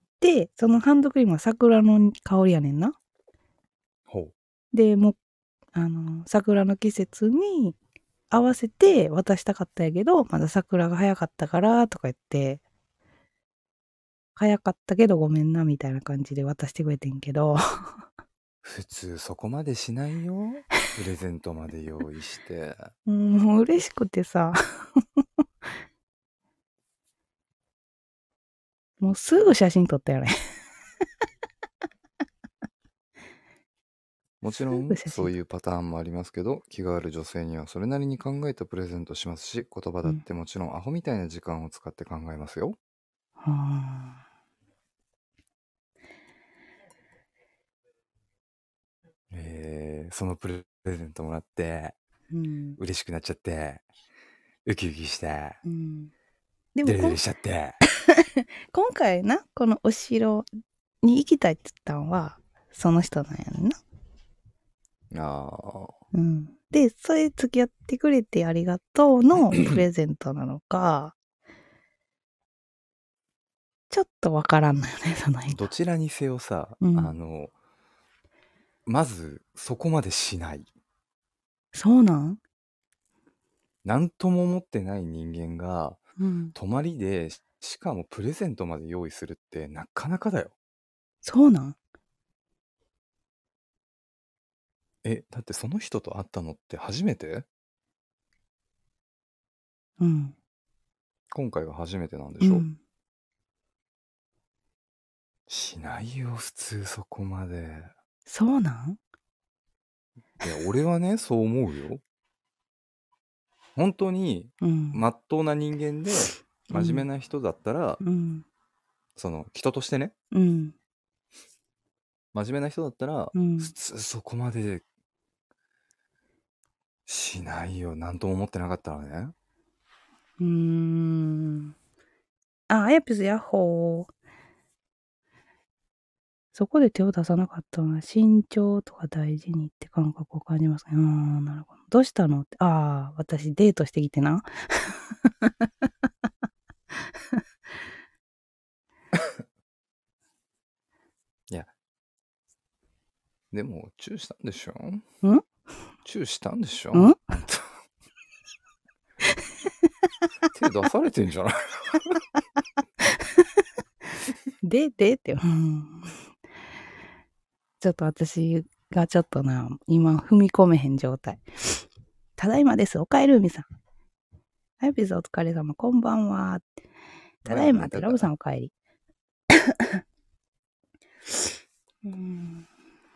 そのハンドクリームは桜の香りやねんな。ほう。で、もう、あの、桜の季節に合わせて渡したかったんやけど、まだ桜が早かったから、とか言って、早かったけどごめんな、みたいな感じで渡してくれてんけど。 普通そこまでしないよ。プレゼントまで用意して。 うん、もう嬉しくてさ。もうすぐ写真撮ったよね。 もちろんそういうパターンもありますけど、気がある女性にはそれなりに考えたプレゼントしますし、言葉だってもちろんアホみたいな時間を使って考えますよ。はあ。えー、そのプレゼントもらって、うん、嬉しくなっちゃって、ウキウキして、うん、でもデレデレしちゃって。 今回な、このお城に行きたいって言ったんは、その人なんやんな。ああ。うん。で、それ付き合ってくれてありがとうのプレゼントなのか、ちょっとわからんのよね、その辺。 どちらにせよさ、うん、あの、まずそこまでしない。 そうなん？ なんとも思ってない人間が、うん、泊まりで、しかもプレゼントまで用意するってなかなかだよ。 そうなん？ え、だってその人と会ったのって初めて？ うん。 今回が初めてなんでしょ？うん、しないよ、普通そこまで。 そうなん？ いや、俺はね、そう思うよ。本当に、まっとうな人間で、真面目な人だったら、うん、その、人としてね、うん、真面目な人だったら、うん、普通そこまでしないよ。なんとも思ってなかったらね。 うーん。あ、あやぴすヤッホー。そこで手を出さなかったのは身長とか大事にって感覚を感じますね。うん、なるほど。どうしたのって、ああ、私デートしてきてな。 いや。でも、チューしたんでしょ？ ん？ チューしたんでしょ？ ん？ 手出されてんじゃないで、でって、うん。ちょっと私がちょっとな、今踏み込めへん状態。ただいまです。おかえり海さん。あやぴずお疲れ様。こんばんは。ただいまってラブさんおかえり。うん。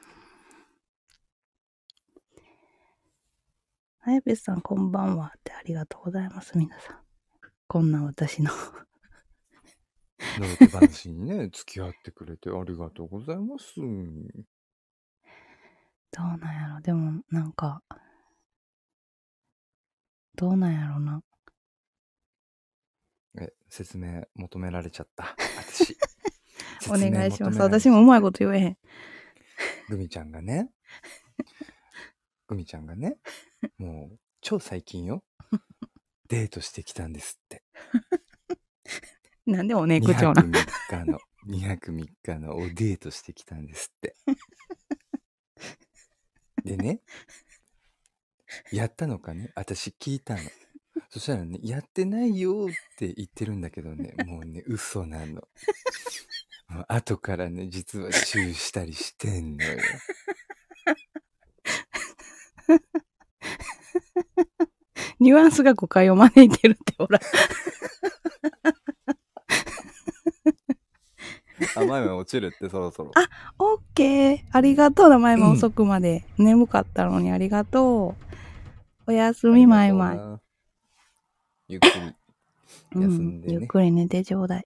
あやぴずさんこんばんはってありがとうございます。皆さん。こんな私ののろけ話にね、付き合ってくれてありがとうございます。 どうなんやろ。でも、なんか、どうなんやろな。 え、説明求められちゃった。私。 お願いします。私もうまいこと言えへん。 グミちゃんがね、グミちゃんがね、もう、超最近よ。デートしてきたんですって。 なんでおねくちょうな。 にはくみっかの、にはくみっかのおデートしてきたんですって。でね、やったのかね、私聞いたの。そしたらね、やってないよって言ってるんだけどね、もうね、嘘なの。もう後からね、実はチューしたりしてんのよ。 ニュアンスが誤解を招いてるってほら。 あ、前々落ちるってそろそろ。 あ、オッケー。ありがとうな、前も遅くまで。眠かったのにありがとう。おやすみ、まいまい。 ゆっくり休んでね。 うん、ゆっくり寝てちょうだい。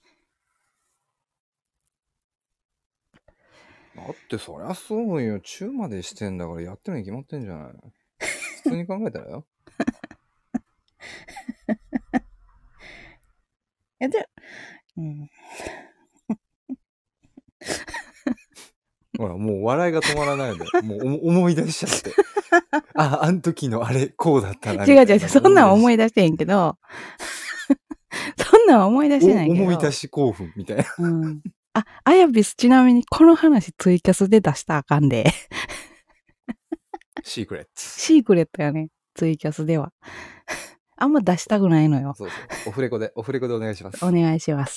だってそりゃそうよ。中までしてんだからやってるに決まってんじゃないの。普通に考えたらよ。 え、で、うん。 ほら、もう笑いが止まらないで。もう思い出しちゃって。あ、あの時のあれ、こうだったな。 違う違う違う、そんなん思い出してへんけど、そんなん思い出してないけど。 思い出し興奮みたいな。 うん。あ、あやびす、ちなみにこの話ツイキャスで出したらあかんで。 シークレット。 シークレットやね。ツイキャスでは。あんま出したくないのよ。 そうそう。オフレコで、オフレコでお願いします。 お願いします。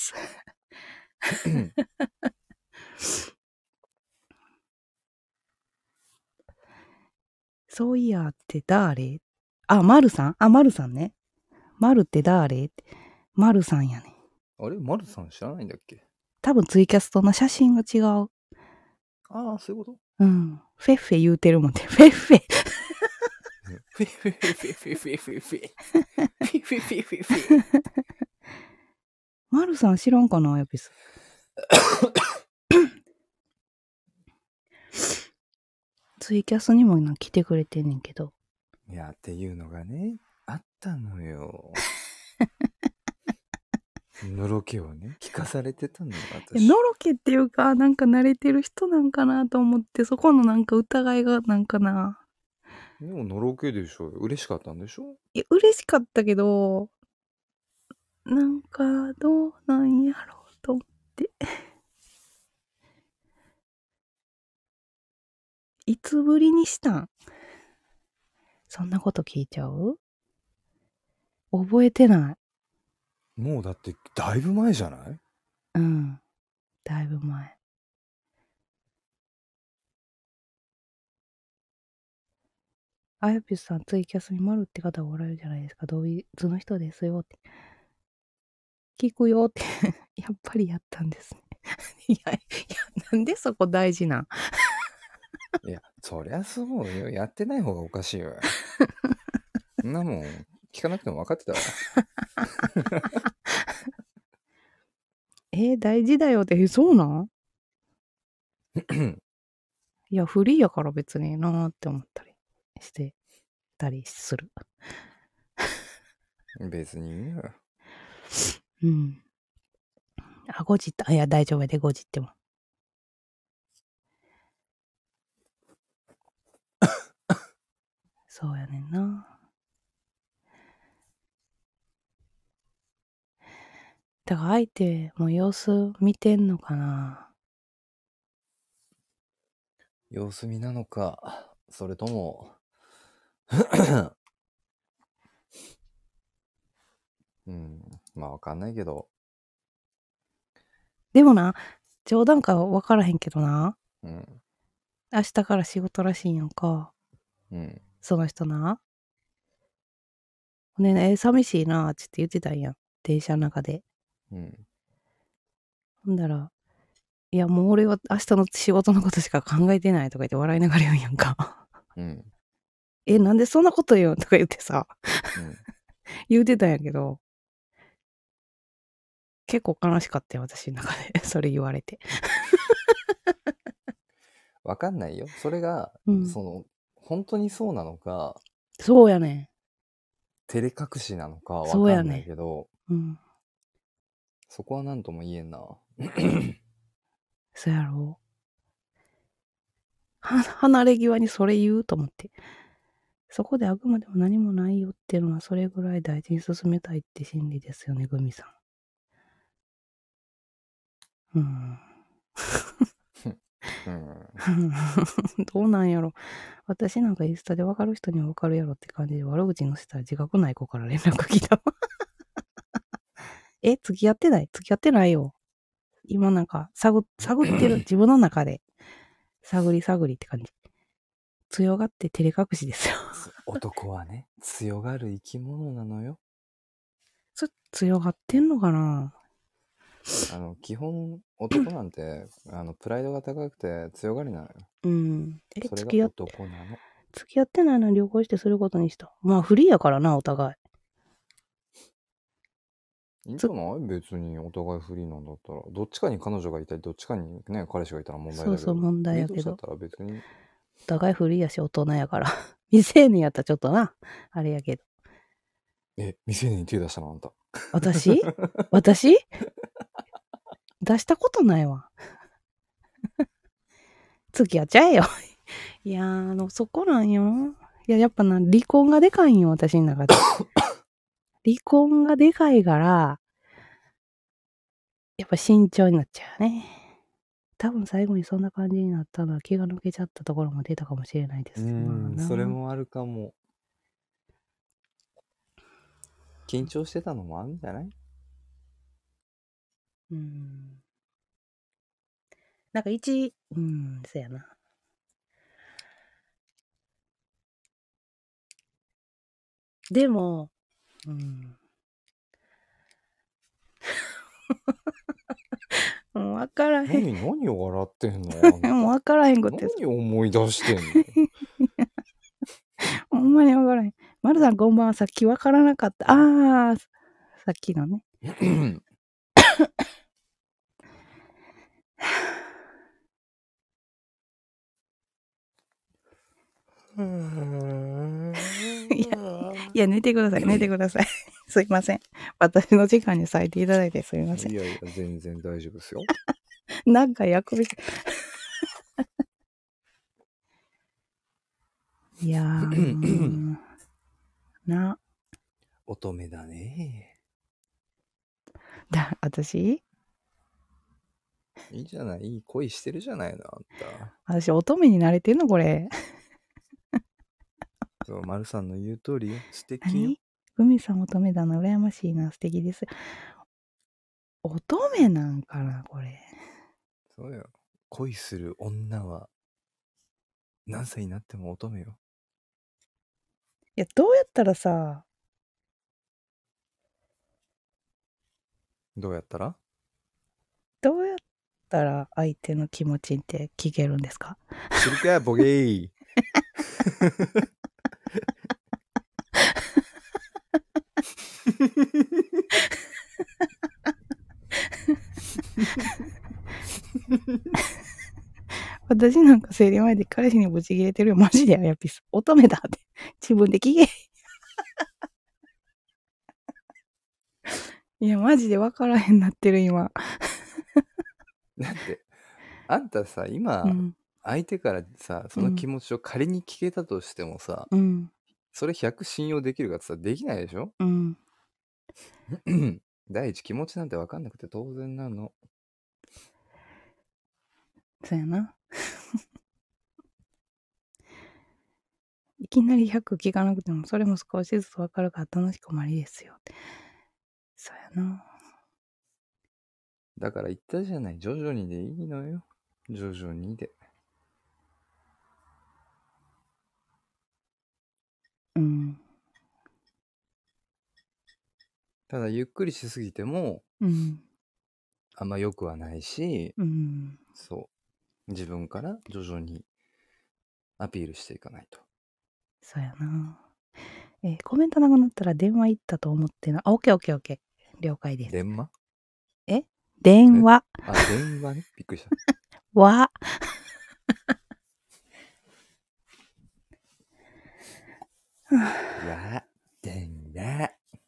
そういやって誰？あ、まるさん？あ、まるさんね。まるって誰？まるさんやね。 あれまるさん知らないんだっけ？ 多分ツイキャスとの写真が違う。 ああ、そういうこと？ うん。フェッフェ言うてるもんね。フェッフェ。 フェフェフェフェフェフェフェフェフェフェフェフェフェフェ。 まるさん知らんかな、ヤピス。ツイキャスにも来てくれてんねんけど。 いや、っていうのがね、あったのよ。のろけをね、聞かされてたのよ、私。 のろけっていうか、なんか慣れてる人なんかなと思って、そこのなんか疑いがなんかな。 でものろけでしょ。嬉しかったんでしょ？ いや、嬉しかったけど、なんかどうなんやろうと思って。いつぶりにしたん？そんなこと聞いちゃう？覚えてない。 もうだってだいぶ前じゃない？ うん。だいぶ前。あやぴさん、ツイキャスに丸って方がおられるじゃないですか。同一の人ですよって。聞くよってやっぱりやったんですね。いや、いや、なんでそこ大事なん？ いや、そりゃそうよ。やってない方がおかしいわ。そんなもん、聞かなくても分かってたわ。 えー、大事だよって、え、そうなんいや、フリーやから別になーって思ったりしてたりする。 別にいいよ。 うん。あ、ごじった。いや、大丈夫で、ごじっても。そうやねんな。だから相手も様子見てんのかな。 様子見なのか、それとも、うん、まあわかんないけど。 でもな、冗談かわからへんけどな。 うん。 明日から仕事らしいんやんか。 うん。 その人な。ねえ、ねえ寂しいなって言ってたんや。電車の中で。 うん。 ほんだら、いや、もう俺は明日の仕事のことしか考えてないとか言って笑いながら言うんやんか。 うん。 え、なんでそんなこと言うんとか言ってさ、 うん、 言うてたんやけど、結構悲しかったよ、私の中で。それ言われて。 わかんないよ。それが、うん、その、本当にそうなのか、 そうやね。 照れ隠しなのかわかんないけど、 うん。 そこは何とも言えんな。 そうやろは離れ際にそれ言うと思って。そこであくまでも何もないよっていうのはそれぐらい大事に進めたいって心理ですよね、グミさん。うん。うん、どうなんやろ。私なんかインスタで分かる人には分かるやろって感じで悪口載せたら自覚ない子から連絡来たわ。え、付き合ってない？付き合ってないよ。今なんか探、探ってる。自分の中で。探り探りって感じ。強がって照れ隠しですよ。 男はね、強がる生き物なのよ。 そ強がってんのかな？ あの、基本、男なんて、あの、プライドが高くて強がりなのよ。 うん。え、 それが付き合っ、 男なの。 付き合ってないのに旅行してすることにした。まあ、フリーやからな、お互い。 いいんじつ、 ゃない別にお互いフリーなんだったら。どっちかに彼女がいたり、どっちかにね、彼氏がいたら問題そうそう、 だけど、 問フ題やけど。 リー同士だったら別に。 お互いフリーやし、大人やから。未成年やったらちょっとな、あれやけど。 え、未成年に手出したのあんた。 私私出したことないわ。付き合っちゃえよ。いやー、あの、そこなんよ。いや、やっぱな、離婚がでかいんよ、私の中で。離婚がでかいから、やっぱ慎重になっちゃうね。多分最後にそんな感じになったのは気が抜けちゃったところも出たかもしれないでうす。まあーん、 な。 それもあるかも。緊張してたのもあるんじゃない？ うん。なんか一、うん、そやな。でも、うん。もう分からへん。 何、何を笑ってんのあんた。 もう分からへんことや。 何を思い出してんのほんまに分からへん。まるさんこんばんは。さっき分からなかった。ああ、さっきのね。いや、いや、寝てください。寝てください。すいません。私の時間に割いていただいてすみません。 いやいや、全然大丈夫ですよ。 なんか役び、いやー、な、 乙女だね。 だ、私いいじゃない、いい恋してるじゃないの、あんた。 私、乙女に慣れてんのこれ。 そう、丸さんの言う通りよ。素敵よ。 何グミさん乙女だな。羨ましいな。素敵です。乙女なんかなこれ。 そうよ。恋する女は何歳になっても乙女よ。 いや、どうやったらさ、 どうやったらどうやったら相手の気持ちって聞けるんですか？ 知るか、ボケー。 私なんか生理前で彼氏にブチ切れてるよ。マジでやピス。乙女だって。自分で聞け。いや、マジで分からへんなってる今。 だって、あんたさ、今、 うん。 相手からさ、その気持ちを仮に聞けたとしてもさ、 うん。 それひゃく信用できるかってさ、できないでしょ？ うん。 第一、気持ちなんて分かんなくて当然なの。 そうやな。いきなりひゃく聞かなくても、それも少しずつ分かるから楽しくもありですよ。そうやな。 だから言ったじゃない。徐々にでいいのよ。徐々にで。 うん。 ただ、ゆっくりしすぎても、 うん。 あんま良くはないし、 うん。 そう。自分から徐々にアピールしていかないと。 そうやな。えーコメントなくなったら電話行ったと思ってな。あ、オッケーオッケーオッケー。了解です。 電話え電え話あ、電話ね。びっくりした。 は、 わ、電話。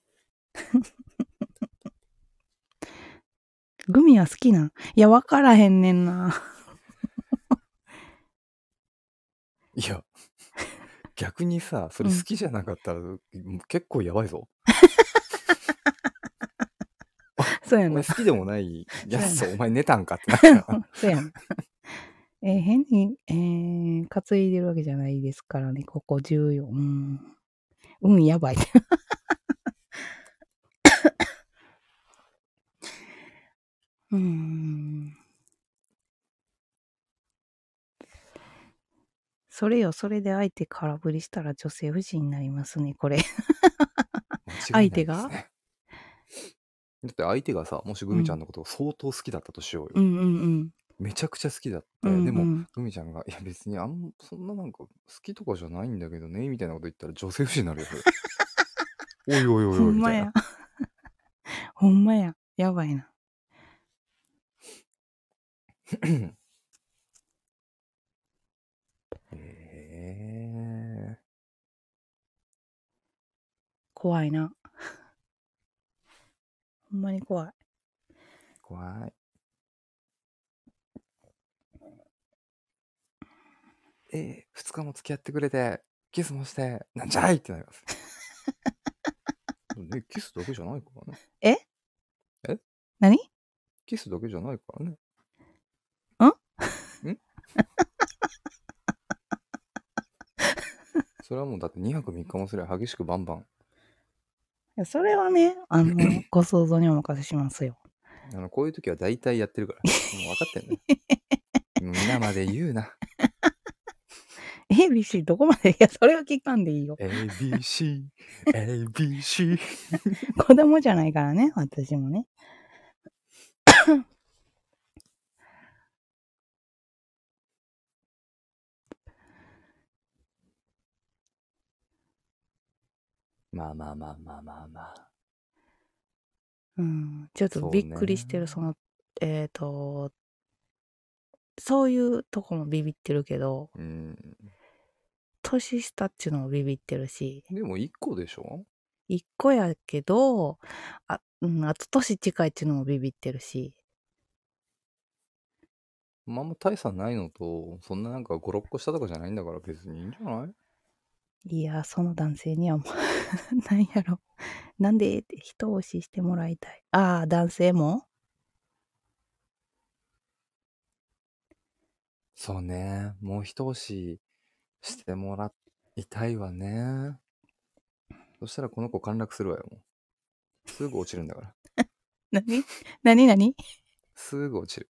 グミは好きなん？いや、わからへんねんな。 いや、逆にさ、それ好うん。 きじゃなかったら、結構やばいぞ。 そうやな。 お前好きでもないそうやな。 やつとお前寝たんかってなっちゃう。 そうやな。えー変に、えー、担いでるわけじゃないですからね、ここ重要。うん。うん、やばい。うーん。それよ、それで相手空振りしたら女性不信になりますね、これ。 間違いない相手がですね。 だって相手がさ、もしグミちゃんのことを相当好きだったとしようよ。 うんうんうん。 めちゃくちゃ好きだって、 うんうん、 でもグミちゃんが「いや別にあんそんななんか好きとかじゃないんだけどね」みたいなこと言ったら女性不信になるよそれ。おいおいおいおいみたいな。 ほんまや。やばいな。 えー、 怖いな。ほんまに怖い。 怖い。えー、ふつかも付き合ってくれてキスもしてなんじゃいってなります。ね、キスだけじゃないからね。 ええ何キスだけじゃないからね。 んんそれはもうだってにはくみっかもすれば激しくバンバン。 いやそれはね、あの、ご想像にお任せしますよ。 あのこういう時は大体やってるから。もう分かってんね。皆まで言うな。 エービーシー どこまでいや、それは聞かんでいいよ。 エービーシー、エービーシー。 子供じゃないからね、私もね。 まあまあまあまあまあまあ。 うん、ちょっとびっくりしてる、そ,、ね、その、えっ、ー、と、そういうとこもビビってるけど、うん、年下っちゅうのもビビってるし。 でもいっこでしょ ? いっ 個やけど、あ、うん、あと年近いっちゅうのもビビってるし。 まあんま大差ないのと、そんななんかご、ろっこ下とかじゃないんだから別にいいんじゃない？ いや、その男性にはもう、なんやろ。なんでって一押ししてもらいたい。ああ、男性も？ そうね。もう一押ししてもらいたいわね。そしたらこの子陥落するわよ。もうすぐ落ちるんだから。 何何何すぐ落ちる。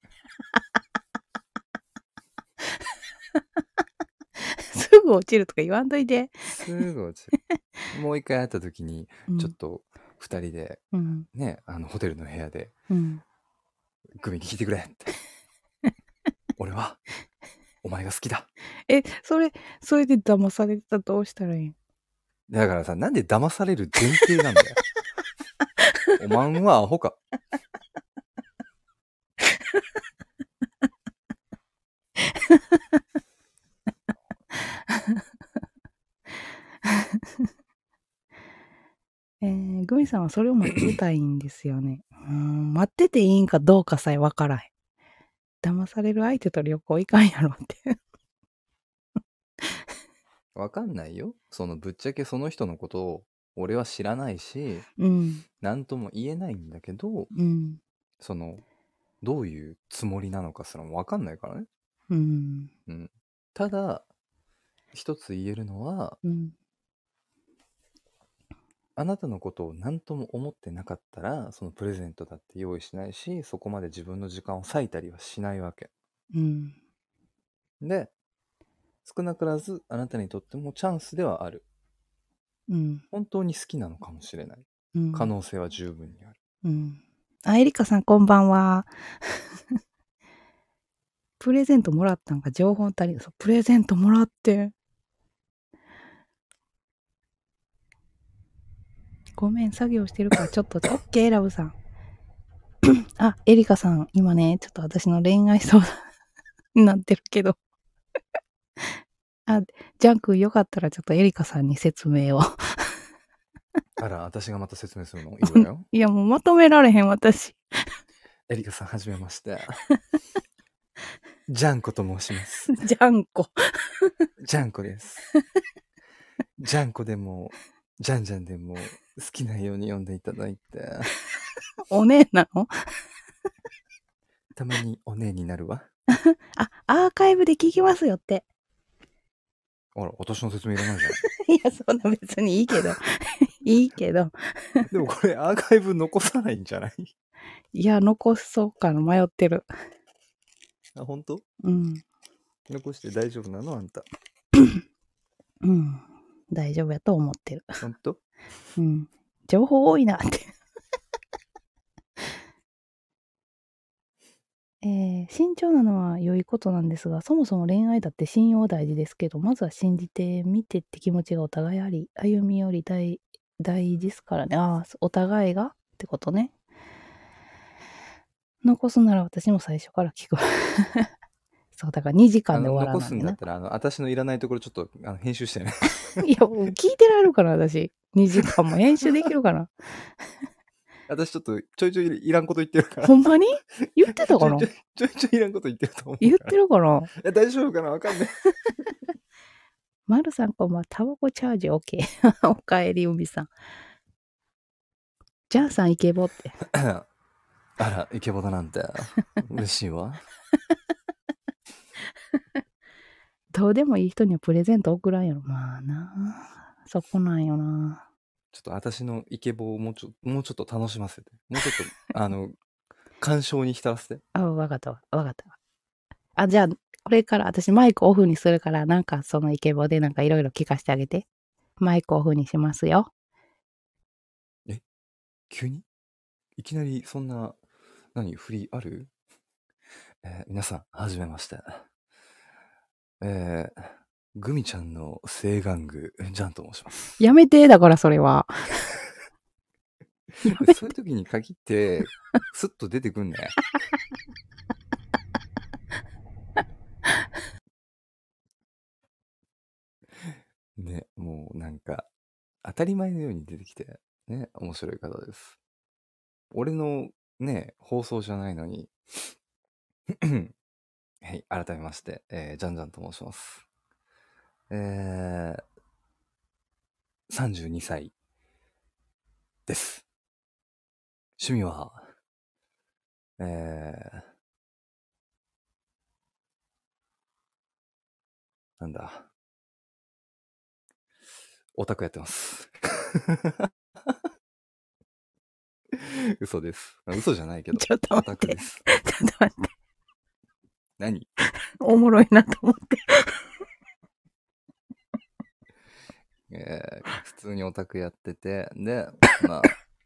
すぐ落ちるとか言わんといて。 すぐ落ちる。もう一回会った時に、ちょっと二人で、うん、ね、あのホテルの部屋で、うん、グミ聞いてくれって。俺はお前が好きだ。 え、それ、それで騙されてたらどうしたらいいん？ だからさ、なんで騙される前提なんだよ。おまんはアホか。 えー、グミさんはそれを待ってたいんですよね。うん、待ってていいんかどうかさえわからへん。騙される相手と旅行行かんやろって。 わかんないよ。そのぶっちゃけその人のことを俺は知らないし、 うん、 なんとも言えないんだけど、 うん、 そのどういうつもりなのかすらもわかんないからね。 うん、 うん。ただ一つ言えるのは、うん、あなたのことを何とも思ってなかったらそのプレゼントだって用意しないし、そこまで自分の時間を割いたりはしないわけ。うん、で、少なからずあなたにとってもチャンスではある。うん、本当に好きなのかもしれない。うん、可能性は十分にある。 うん、あ、エリカさんこんばんは。プレゼントもらったんか情報足りない。プレゼントもらって。ごめん、作業してるからちょっと、オッケー、ラブさん。あ、エリカさん、今ね、ちょっと私の恋愛相談になってるけど。あ、ジャンクよかったらちょっとエリカさんに説明を。 あら、私がまた説明するのいいわよ。 いや、もうまとめられへん、私。 エリカさん、はじめまして。ジャンコと申します。 ジャンコ。 ジャンコです。ジャンコでも、ジャンジャンでも、好きなように読んでいただいて。 お姉なの？ たまにお姉になるわ。 あ、アーカイブで聞きますよって。 あら、私の説明いらないじゃん。 いや、そんな別にいいけど。いいけど。 でもこれアーカイブ残さないんじゃない？ いや、残そうかな、迷ってる。 あ、本当？ うん。 残して大丈夫なのあんた。 うん。大丈夫やと思ってる。 本当？ うん。情報多いなって。 えー、慎重なのは良いことなんですが、そもそも恋愛だって信用大事ですけど、まずは信じてみてって気持ちがお互いあり、歩みより大、大事ですからね。ああ、お互いがってことね。残すなら私も最初から聞く。そう、だからにじかんで終わら残ないな。 すんだったら、あの、私のいらないところちょっとあの編集してね。 いや、聞いてられるかな、私。にじかんも編集できるかな。 私ちょっとちょいちょいいらんこと言ってるから。 ほんまに言ってたかなちょいちょいちょいちょいいらんこと言ってると思うから。 言ってるかな。 いや、大丈夫かなわかんない。 まるさんこんばんは、タバコチャージ OK。おかえり、海さん。じゃあさんイケボって。 あら、イケボだなんて。嬉しいわ。 どうでもいい人にはプレゼント送らんやろ。まあな。そこなんよな。 ちょっと私のイケボをもうちょもうちょっと楽しませて。もうちょっと、あの、感傷に浸らせて。 あ、わかったわ。わかったわ。あ、じゃあ、これから私マイクオフにするから、なんかそのイケボでなんかいろいろ聞かせてあげて。マイクオフにしますよ。 え急にいきなりそんな、何、振りある？えー皆さん、はじめまして。えー、グミちゃんの正玩具、ジャンと申します。 やめて、だからそれは。やめそういう時に限って、スッと出てくんね。ね、もうなんか、当たり前のように出てきて、ね、面白い方です。俺のね、放送じゃないのに、はい、改めまして、えー、ジャンジャンと申します。えー、さんじゅうにさいです。趣味は、えー、なんだ、オタクやってます。嘘です。嘘じゃないけど、 ちょっとオ待って。 タクです。 ちょっと待って。 何？ おもろいなと思って。 えー、普通にオタクやってて、で、まあ、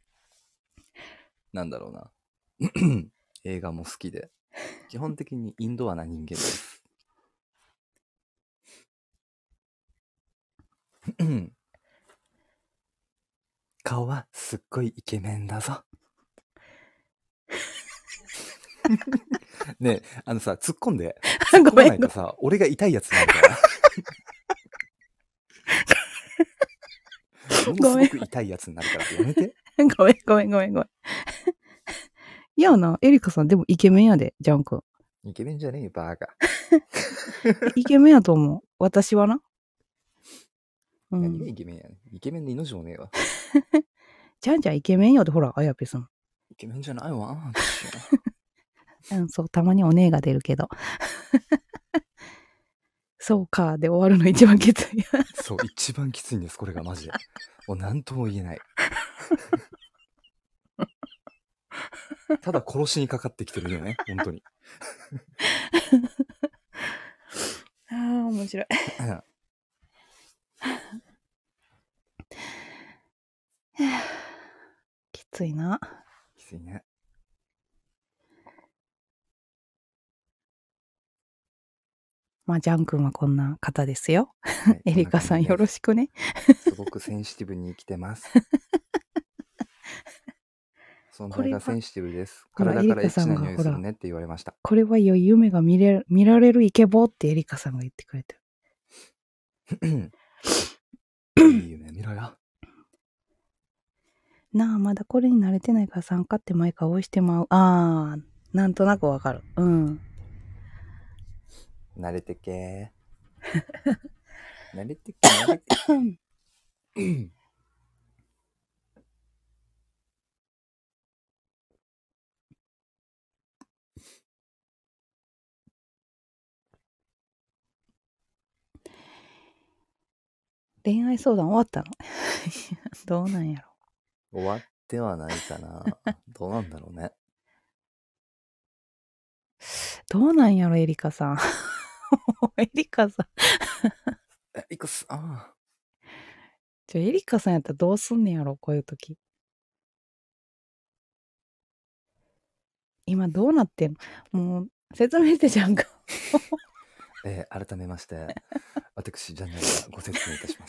なんだろうな。映画も好きで、基本的にインドアな人間です。顔はすっごいイケメンだぞ。ねえ、あのさ、突っ込んで、突っ込まないとさ、俺が痛いやつになるから。ものすごく痛いやつになるからやめて。 ごめんごめんごめんごめん。いやな、エリカさんでもイケメンやで、ジャン君。 イケメンじゃねえよ、バーカ。 イケメンやと思う。私はな。 うん、何がイケメンやねん。イケメンで命もねえわ。 じゃんじゃんイケメンやで、ほら、あやぺさん。 イケメンじゃないわ。 うん、そう、たまにお姉が出るけど。そうか、で終わるの一番きつい。 そう、一番きついんです、これがマジで。もう何とも言えない。ただ殺しにかかってきてるよね、本当に。 ああ、面白い。きついな。 きついね。 まあ、ジャン君はこんな方ですよ。はい、エリカさんよろしくね。 すごくセンシティブに生きてます。存在がセンシティブです。体からエッチな匂いするねって言われました。 これは良い夢が見れ見られるイケボってエリカさんが言ってくれてる。いい夢見ろよ。 なあ、まだこれに慣れてないから参加って毎回押してまう。ああ、なんとなくわかる。うん。 慣れてけー。慣れてけ、慣れてけ。 恋愛相談終わったのどうなんやろ。 終わってはないかな。どうなんだろうね。 どうなんやろ、エリカさん。エリカさん。 エリカさん。 じゃエリカさんやったらどうすんねやろ、こういう時。 今どうなってんの？もう説明してじゃんか。 えー、改めまして私ジャニーがご説明いたします。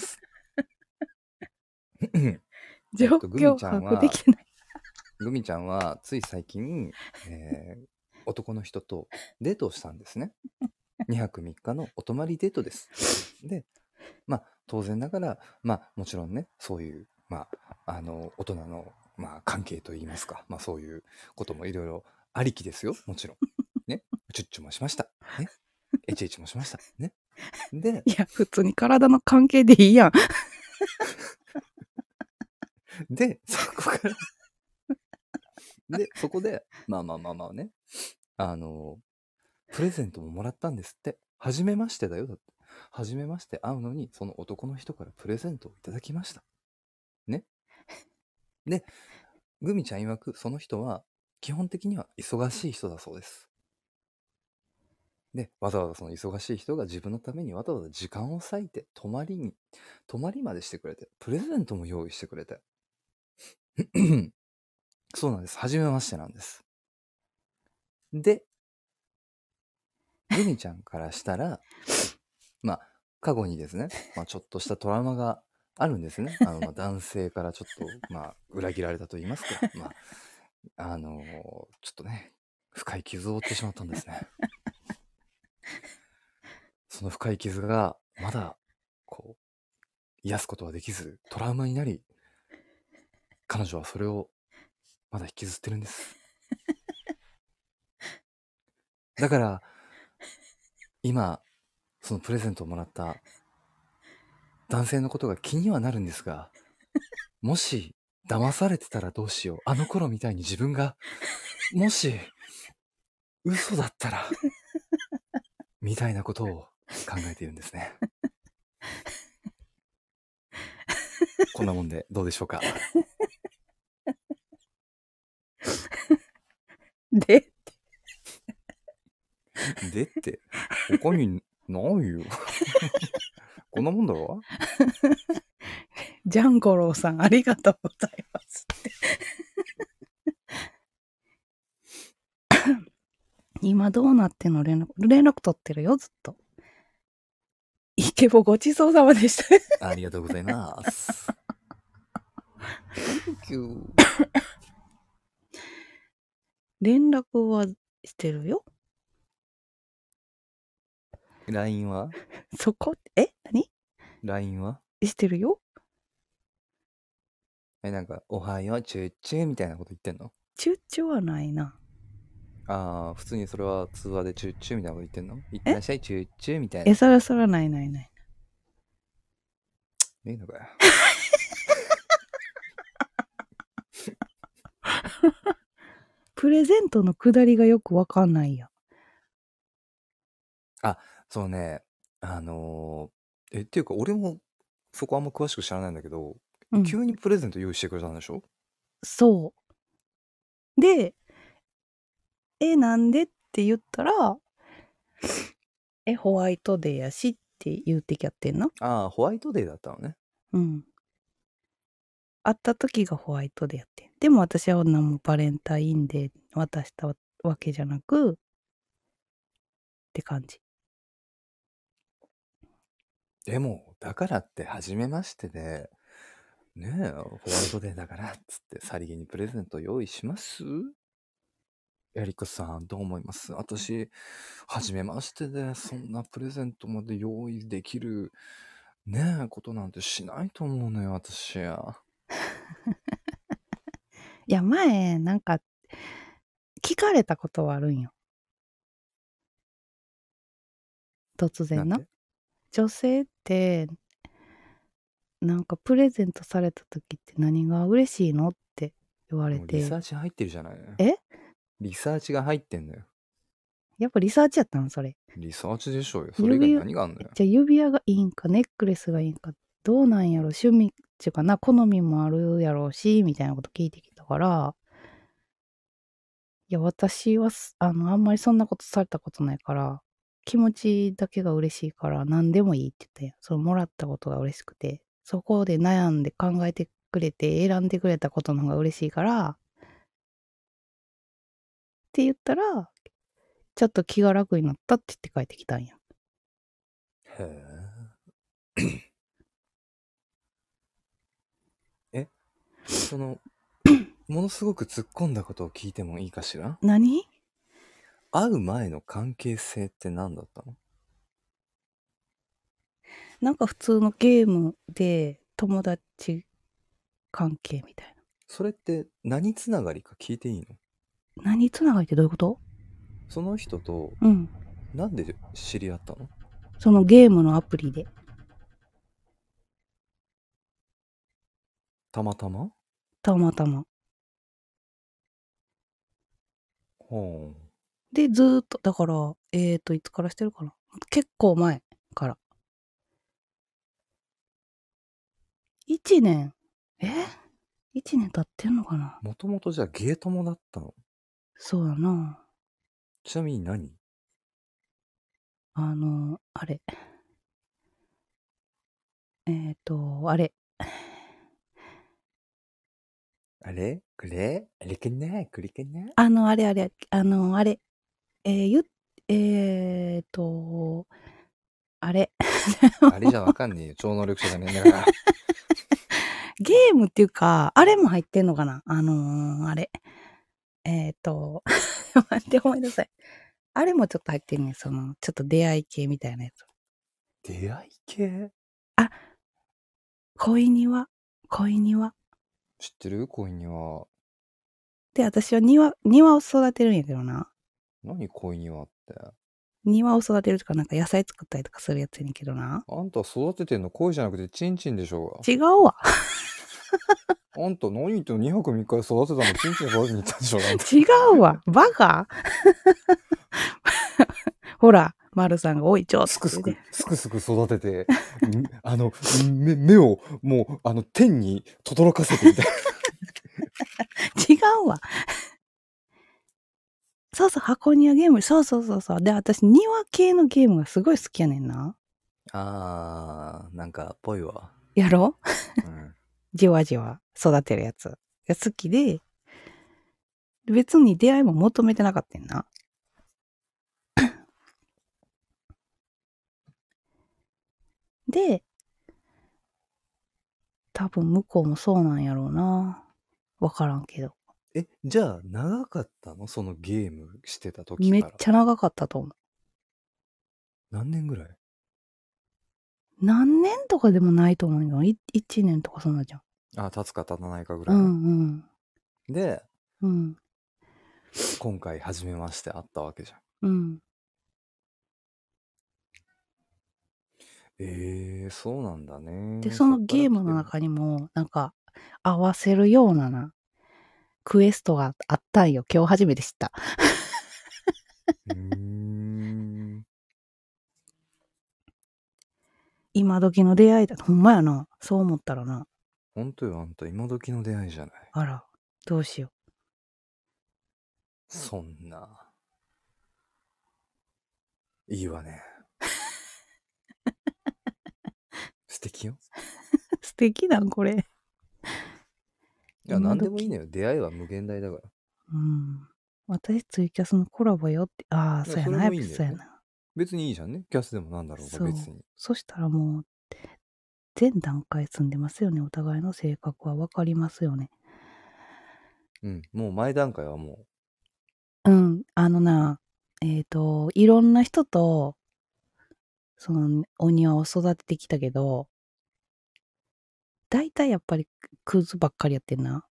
状況把握できてない。 グミちゃんはつい最近、えー、男の人とデートをしたんですね。にはくみっかのお泊まりデートです。で、まあ当然ながら、まあもちろんね、そういう、まあ、あの、大人の、まあ、関係といいますか、まあそういうこともいろいろありきですよ、もちろん。ね。チュッチュもしました。ね。エチエチもしました。ね。で、 いや、普通に体の関係でいいやん。 で、そこからで、そこで、まあまあまあまあね、あの、プレゼントももらったんですって。初めましてだよ、だって。初めまして会うのに、その男の人からプレゼントをいただきました。ね。で、グミちゃん曰く、その人は、基本的には忙しい人だそうです。で、わざわざその忙しい人が自分のためにわざわざ時間を割いて、泊まりに、泊まりまでしてくれて、プレゼントも用意してくれて。そうなんです。初めましてなんです。で、グミちゃんからしたら、まあ、過去にですね、まあ、ちょっとしたトラウマがあるんですね。あの、まあ、男性からちょっと、まあ、裏切られたと言いますか、まあ、あのーちょっとね、深い傷を負ってしまったんですね。その深い傷が、まだ、こう、癒すことはできず、トラウマになり、彼女はそれを、まだ引きずってるんです。だから、今、そのプレゼントをもらった男性のことが気にはなるんですが、もし、騙されてたらどうしよう。あの頃みたいに自分が、もし、嘘だったら、みたいなことを考えているんですね。こんなもんでどうでしょうか。 ででって、他にないよ。こんなもんだろ。 ジャンゴロウさん、ありがとうございますって。今どうなってんの？連絡、連絡取ってるよ、ずっと。イケボごちそうさまでした。 ありがとうございます。Thank you. 連絡はしてるよ。 ライン はそこ、え何ライン はしてるよ。 え、なんか、おはよう、チューチューみたいなこと言ってんの？ チュッチュはないな。 ああ、普通にそれは通話でチューチューみたいなこと言ってんの？いってえらっしゃい、チューチューみたいな。 え、それそれはないないない。 ねえのかよ。 プレゼントのくだりがよくわかんないや。 あ、そうね。あのー、え、っていうか俺もそこあんま詳しく知らないんだけど、 うん、 急にプレゼント用意してくれたんでしょ？ そう。で、え、なんでって言ったら、え、ホワイトデーやしって言うてきやってんの？ ああ、ホワイトデーだったのね。 うん。会った時がホワイトデーやってん。でも私は何もバレンタインデー渡したわけじゃなく、って感じ。 でも、だからって初めましてで、ねえ、ホワイトデーだからっつってさりげにプレゼント用意します？エリックさんどう思います？私、初めましてでそんなプレゼントまで用意できるねえ、ことなんてしないと思うのよ、私。 いや、前、なんか、聞かれたことはあるんよ。突然の。女性って、なんかプレゼントされた時って何が嬉しいのって言われて。 リサーチ入ってるじゃない。 えリサーチが入ってんのよ。 やっぱリサーチやったのそれ。 リサーチでしょうよ。それ以外に何があんのよ。 じゃあ指輪がいいんか、ネックレスがいいんか、どうなんやろ、趣味っていうかな、好みもあるやろうし、みたいなこと聞いてきたから、いや、私は、あの、あんまりそんなことされたことないから、気持ちだけが嬉しいから、何でもいいって言って、そのもらったことが嬉しくて、そこで悩んで考えてくれて、選んでくれたことの方が嬉しいから、 って言ったら、ちょっと気が楽になったって言って帰ってきたんや。 へえ。え、その、ものすごく突っ込んだことを聞いてもいいかしら？ 何？ 会う前の関係性って何だったの？ なんか普通のゲームで友達関係みたいな。 それって何つながりか聞いていいの？ 何つながりってどういうこと？ その人とうん。 なんで知り合ったの？ そのゲームのアプリで。 たまたま？ たまたま。 ほう。 で、ずーっと、だから、えーと、いつからしてるかな。結構前から。いちねん。え ?いち 年経ってんのかな。 もともとじゃあゲー友だったの？ そうやな。 ちなみに何？ あの、あれ。えーと、あれ。 あれこれあれかなこれかな？ あの、あれあれ、あの、あれ。えー、ゆ、えーと、あれ。 あれじゃわかんねえよ。超能力者じゃねえんだから。 ゲームっていうか、あれも入ってんのかな。あのー、あれ。えーと、待って思い出せ。あれもちょっと入ってんねん。その、ちょっと出会い系みたいなやつ。 出会い系？ あ、恋庭。恋庭。 知ってる？恋庭。 で、私は庭、庭を育てるんやけどな。 何恋庭って。 庭を育てるとか、なんか野菜作ったりとかするやつやねんけどな。 あんた育ててんの恋じゃなくてチンチンでしょう違うわ。 が。あんた何言ってんの？にはくみっかで育てたのチンチン育てに行ったんでしょ？なんて。 違うわ。バカほら、丸さんが、おい、ちょっすくすくて、、 すくすく育てて、んあの、目、目をもう、あの、天に轟かせてみたいな。 違うわ。そうそう、箱庭ゲーム。そうそうそうそう。で、私、庭系のゲームがすごい好きやねんな。 あー、なんか、ぽいわ。 やろ？ うん。 じわじわ育てるやつが好きで、別に出会いも求めてなかったんな。で、多分向こうもそうなんやろうな。わからんけど。 え、じゃあ、長かったの？そのゲームしてた時めっから。 ちゃ長かったと思う。 何年ぐらい？ 何年とかでもないと思うよ。い一年とかそんなじゃん。 あ、経つか経たないかぐうらい。 んで、 うん。うん。 今回初めまして会ったわけじゃん。 うん。 えー、そうなんだで、 ね。 そのそっからゲームの来てるの。 中にも、なんか、合わせるようなな、クエストがあったんよ。今日初めて知った。 うーん。 今時の出会いだ。ほんまやな。そう思ったらな。 ほんとよ、あんた今時の出会いじゃない。 あら、どうしよそんな。いいわね。素敵よ。 う。素敵だん、これ。 いや、なんでもいいの今時。 よ。出会いは無限大だから。 うん。私ツイキャスのコラボよって。ああ、 いや、それそうやな。やっぱもいいんだよね。 そうやな。 別にいいじゃんね。キャスでもなんだろうがそう。 別に。 そしたらもう、全段階積んでますよね。お互いの性格は分かりますよね。 うん。もう前段階はもうん。あのな、えっと、いろんな人と、その、お庭を育ててきたけど、大体やっぱりクズばっかりやってんな。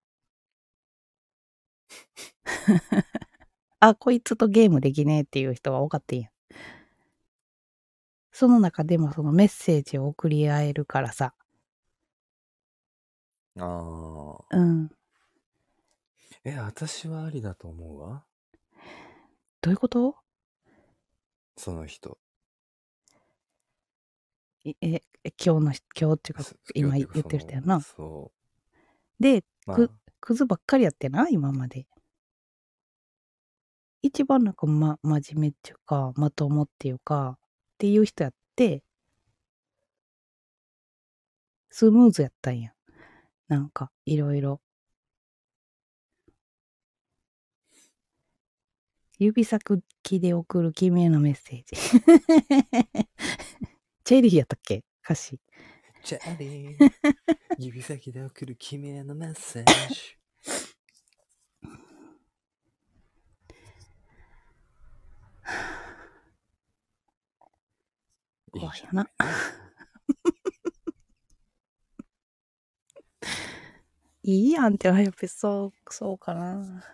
あ、こいつとゲームできねえっていう人が多かったんや。その中でもそのメッセージを送り合えるからさ。 う。ああ。 うん。 え、私はありだと思うわ。 どういうこと？ その人。 いえ、え今日の人、今日っていうか、 す今日っていうか今言ってる人その、 やな。 そで、 う。まく、 あ、 クズばっかりやってな、今まで。一番なんかま、真面目っていうか、まともっていうか、っていう人やって、スムーズやったんや。なんか、いろいろ。 指先で送る君へのメッセージ。チェリーやったっけ歌詞。 チェリー、指先で送る君へのメッセージ。 怖いよな。いいやんって、やっぱりそう、そうかな。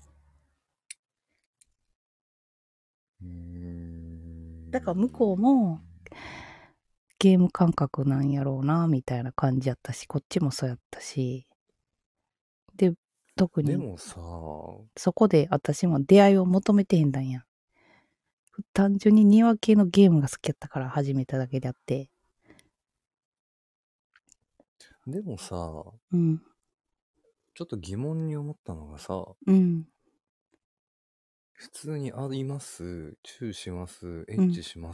うーん。だから向こうも、ゲーム感覚なんやろうな、みたいな感じやったし、こっちもそうやったし。で、特に、 でもさ、 そこで私も出会いを求めてへんだんや。単純に庭系のゲームが好きやったから始めただけであって。 でもさ、 うん。 ちょっと疑問に思ったのがさ、 うん。 普通に会います、チューします、エッチします、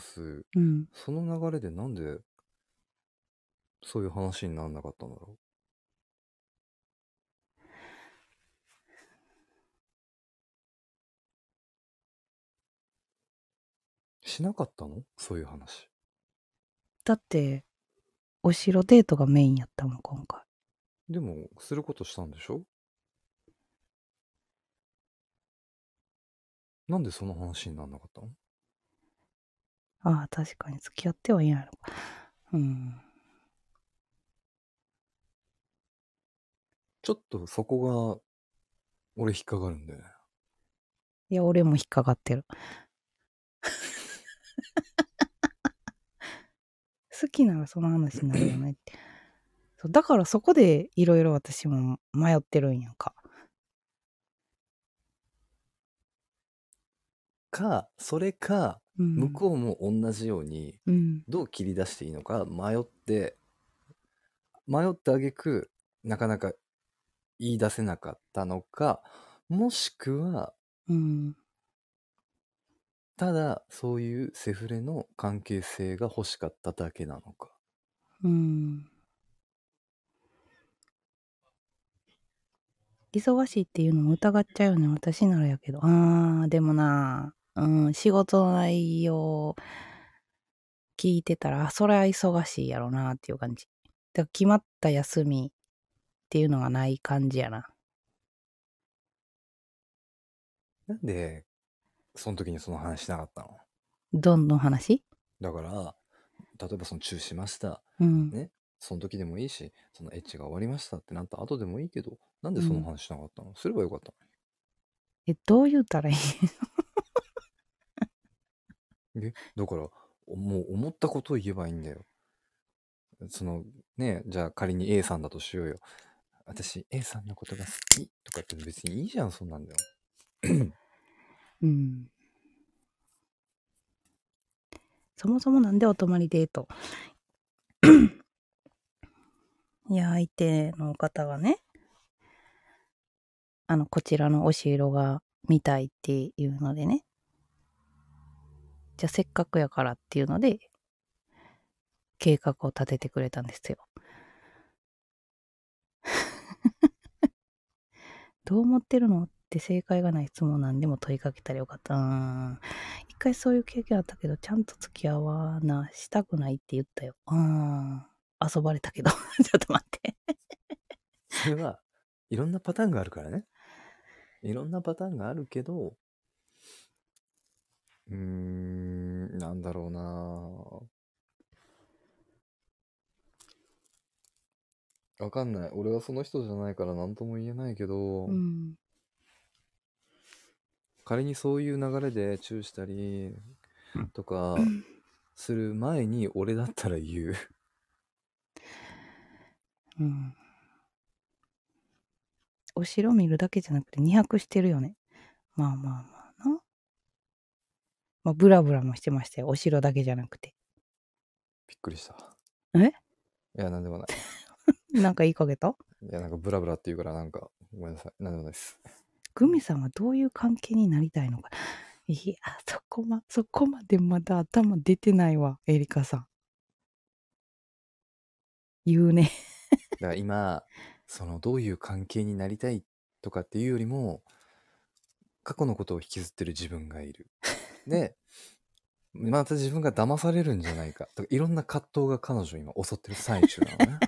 うん。 その流れでなんでそういう話にならなかったんだろう。しなかったの？そういう話。 だって、お城デートがメインやったもん、今回。 でも、することしたんでしょ？なんでその話にならなかったの？ ああ、確かに付き合ってはいないのか。うん。 ちょっとそこが、俺引っかかるんだよね。 いや、俺も引っかかってる。好きならその話になるよねって。そうだからそこでいろいろ私も迷ってるんやんか。 か、それか、 うん、 向こうも同じように、 うん、 どう切り出していいのか迷って、迷ってあげく、なかなか言い出せなかったのか、もしくは、 うん、 ただそういうセフレの関係性が欲しかっただけなのか。 うん。忙しいっていうのも疑っちゃうよね。私ならやけど。あー、でもな、うん、仕事の内容聞いてたら、あ、それは忙しいやろなっていう感じ。だから決まった休みっていうのがない感じやな。 なんで、その時にその話しなかったの？ どんどん話だから、例えばそのチューしました。 うん。 ね。その時でもいいし、そのエッチが終わりましたってなった後でもいいけど、なんでそのうん。 話しなかったの？すればよかったえ、どう言うたらいい？ のに。え、だから、もう思ったことを言えばいいんだよ。その、ね、じゃあ仮に A さんだとしようよ。私、A さんのことが好きとかって別にいいじゃん、そんなんだよ。 うん。そもそもなんでお泊まりデートいや、相手の方がね、あの、こちらのお城が見たいっていうのでね。じゃあせっかくやからっていうので、計画を立ててくれたんですよ。どう思ってるのって正解がない質問なんでも問いかけたらよかった。うーん。一回そういう経験あったけど、ちゃんと付き合わな、したくないって言ったよ。うーん。遊ばれたけど。ちょっと待って。 それはいろんなパターンがあるからね。いろんなパターンがあるけど、うーん、なんだろうな。わかんない。俺はその人じゃないから何とも言えないけど、 うん。 仮にそういう流れでチューしたりとかする前に俺だったら言う。 うん。お城見るだけじゃなくてにはくしてるよね。まあまあまあな。まあ、ブラブラもしてましたよ。お城だけじゃなくて。 びっくりした。 えいや、なんでもない。 なんか言いかけた？ いや、なんかブラブラって言うからなんか、ごめんなさい。なんでもないです。 グミさんはどういう関係になりたいのか。いや、そこま、そこまでまだ頭出てないわ、エリカさん。言うね。 だから今、そのどういう関係になりたいとかっていうよりも、 過去のことを引きずってる自分がいる。で、また自分が騙されるんじゃないかとか、いろんな葛藤が彼女を今襲ってる最中なのね。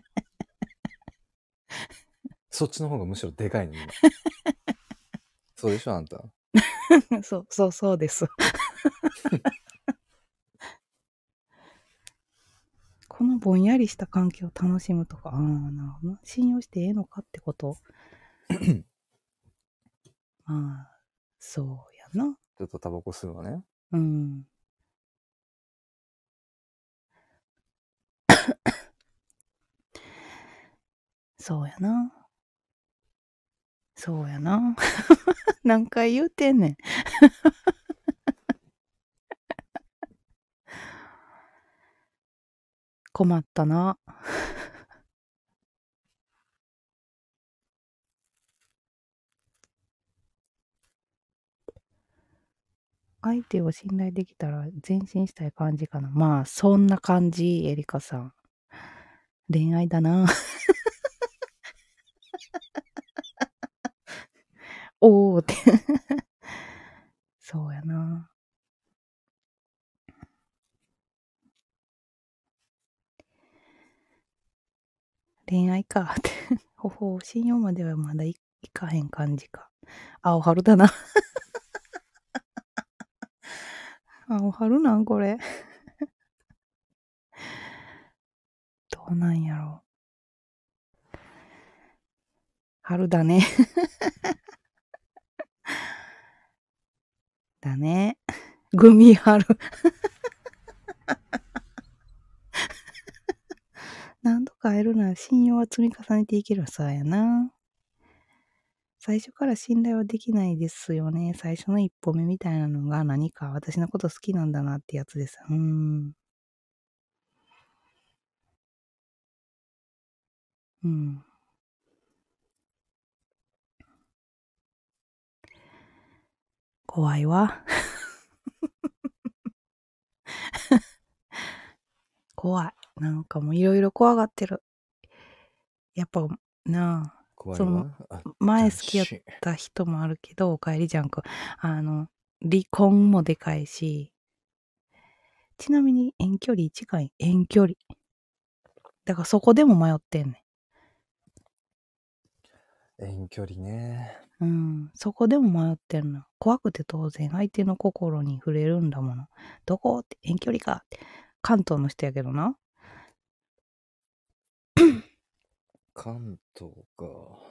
そっちの方がむしろでかいの、今。そうでしょ、あんた。 そう、そう、そうです。このぼんやりした関係を楽しむとか、ああ、なるほど。信用してええのかってこと。まあ、そうやな。 ちょっとタバコ吸うわね。 うん。そうやな。そうやな。何回言うてんねん。困ったな。相手を信頼できたら前進したい感じかな。まあ、そんな感じ、エリカさん。恋愛だな。おーって。そうやな。恋愛かって。ほほう、信用まではまだいいかへん感じか。青春だな。青春なんこれ。どうなんやろう。春だね。だね。グミ春。何度か会えるなら信用は積み重ねていけるさやな。最初から信頼はできないですよね。最初の一歩目みたいなのが何か私のこと好きなんだなってやつです。うーん。うん。怖いわ。怖い。なんかもういろいろ怖がってる。やっぱなあ、その怖いわ。あ前好きやった人もあるけど、おかえりじゃんこ。あの、離婚もでかいし、ちなみに遠距離近い遠距離。だからそこでも迷ってんね遠距離ね。 ん。うん。そこでも迷ってんの。怖くて当然相手の心に触れるんだもの。どこって遠距離かって。関東の人やけどな。 関東か。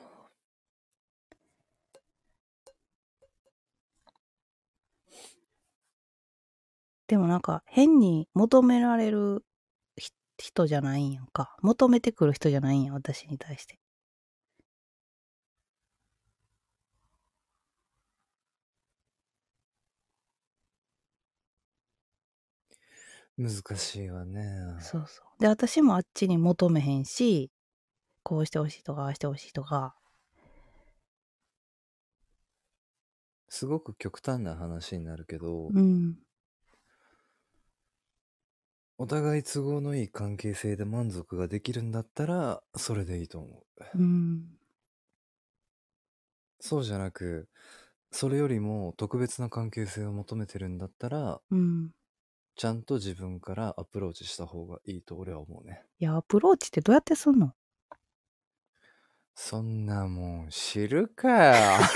でもなんか変に求められる人じゃないんやんか。求めてくる人じゃないんや、私に対して。 難しいわね。 そうそう。で、私もあっちに求めへんし、こうしてほしいとか、ああしてほしいとか。 すごく極端な話になるけど、 うん。 お互い都合のいい関係性で満足ができるんだったら、それでいいと思う。 うん。 そうじゃなく、それよりも特別な関係性を求めてるんだったら、 うん。 ちゃんと自分からアプローチした方がいいと俺は思うね。 いや、アプローチってどうやってすんの？ そんなもん知るかよ。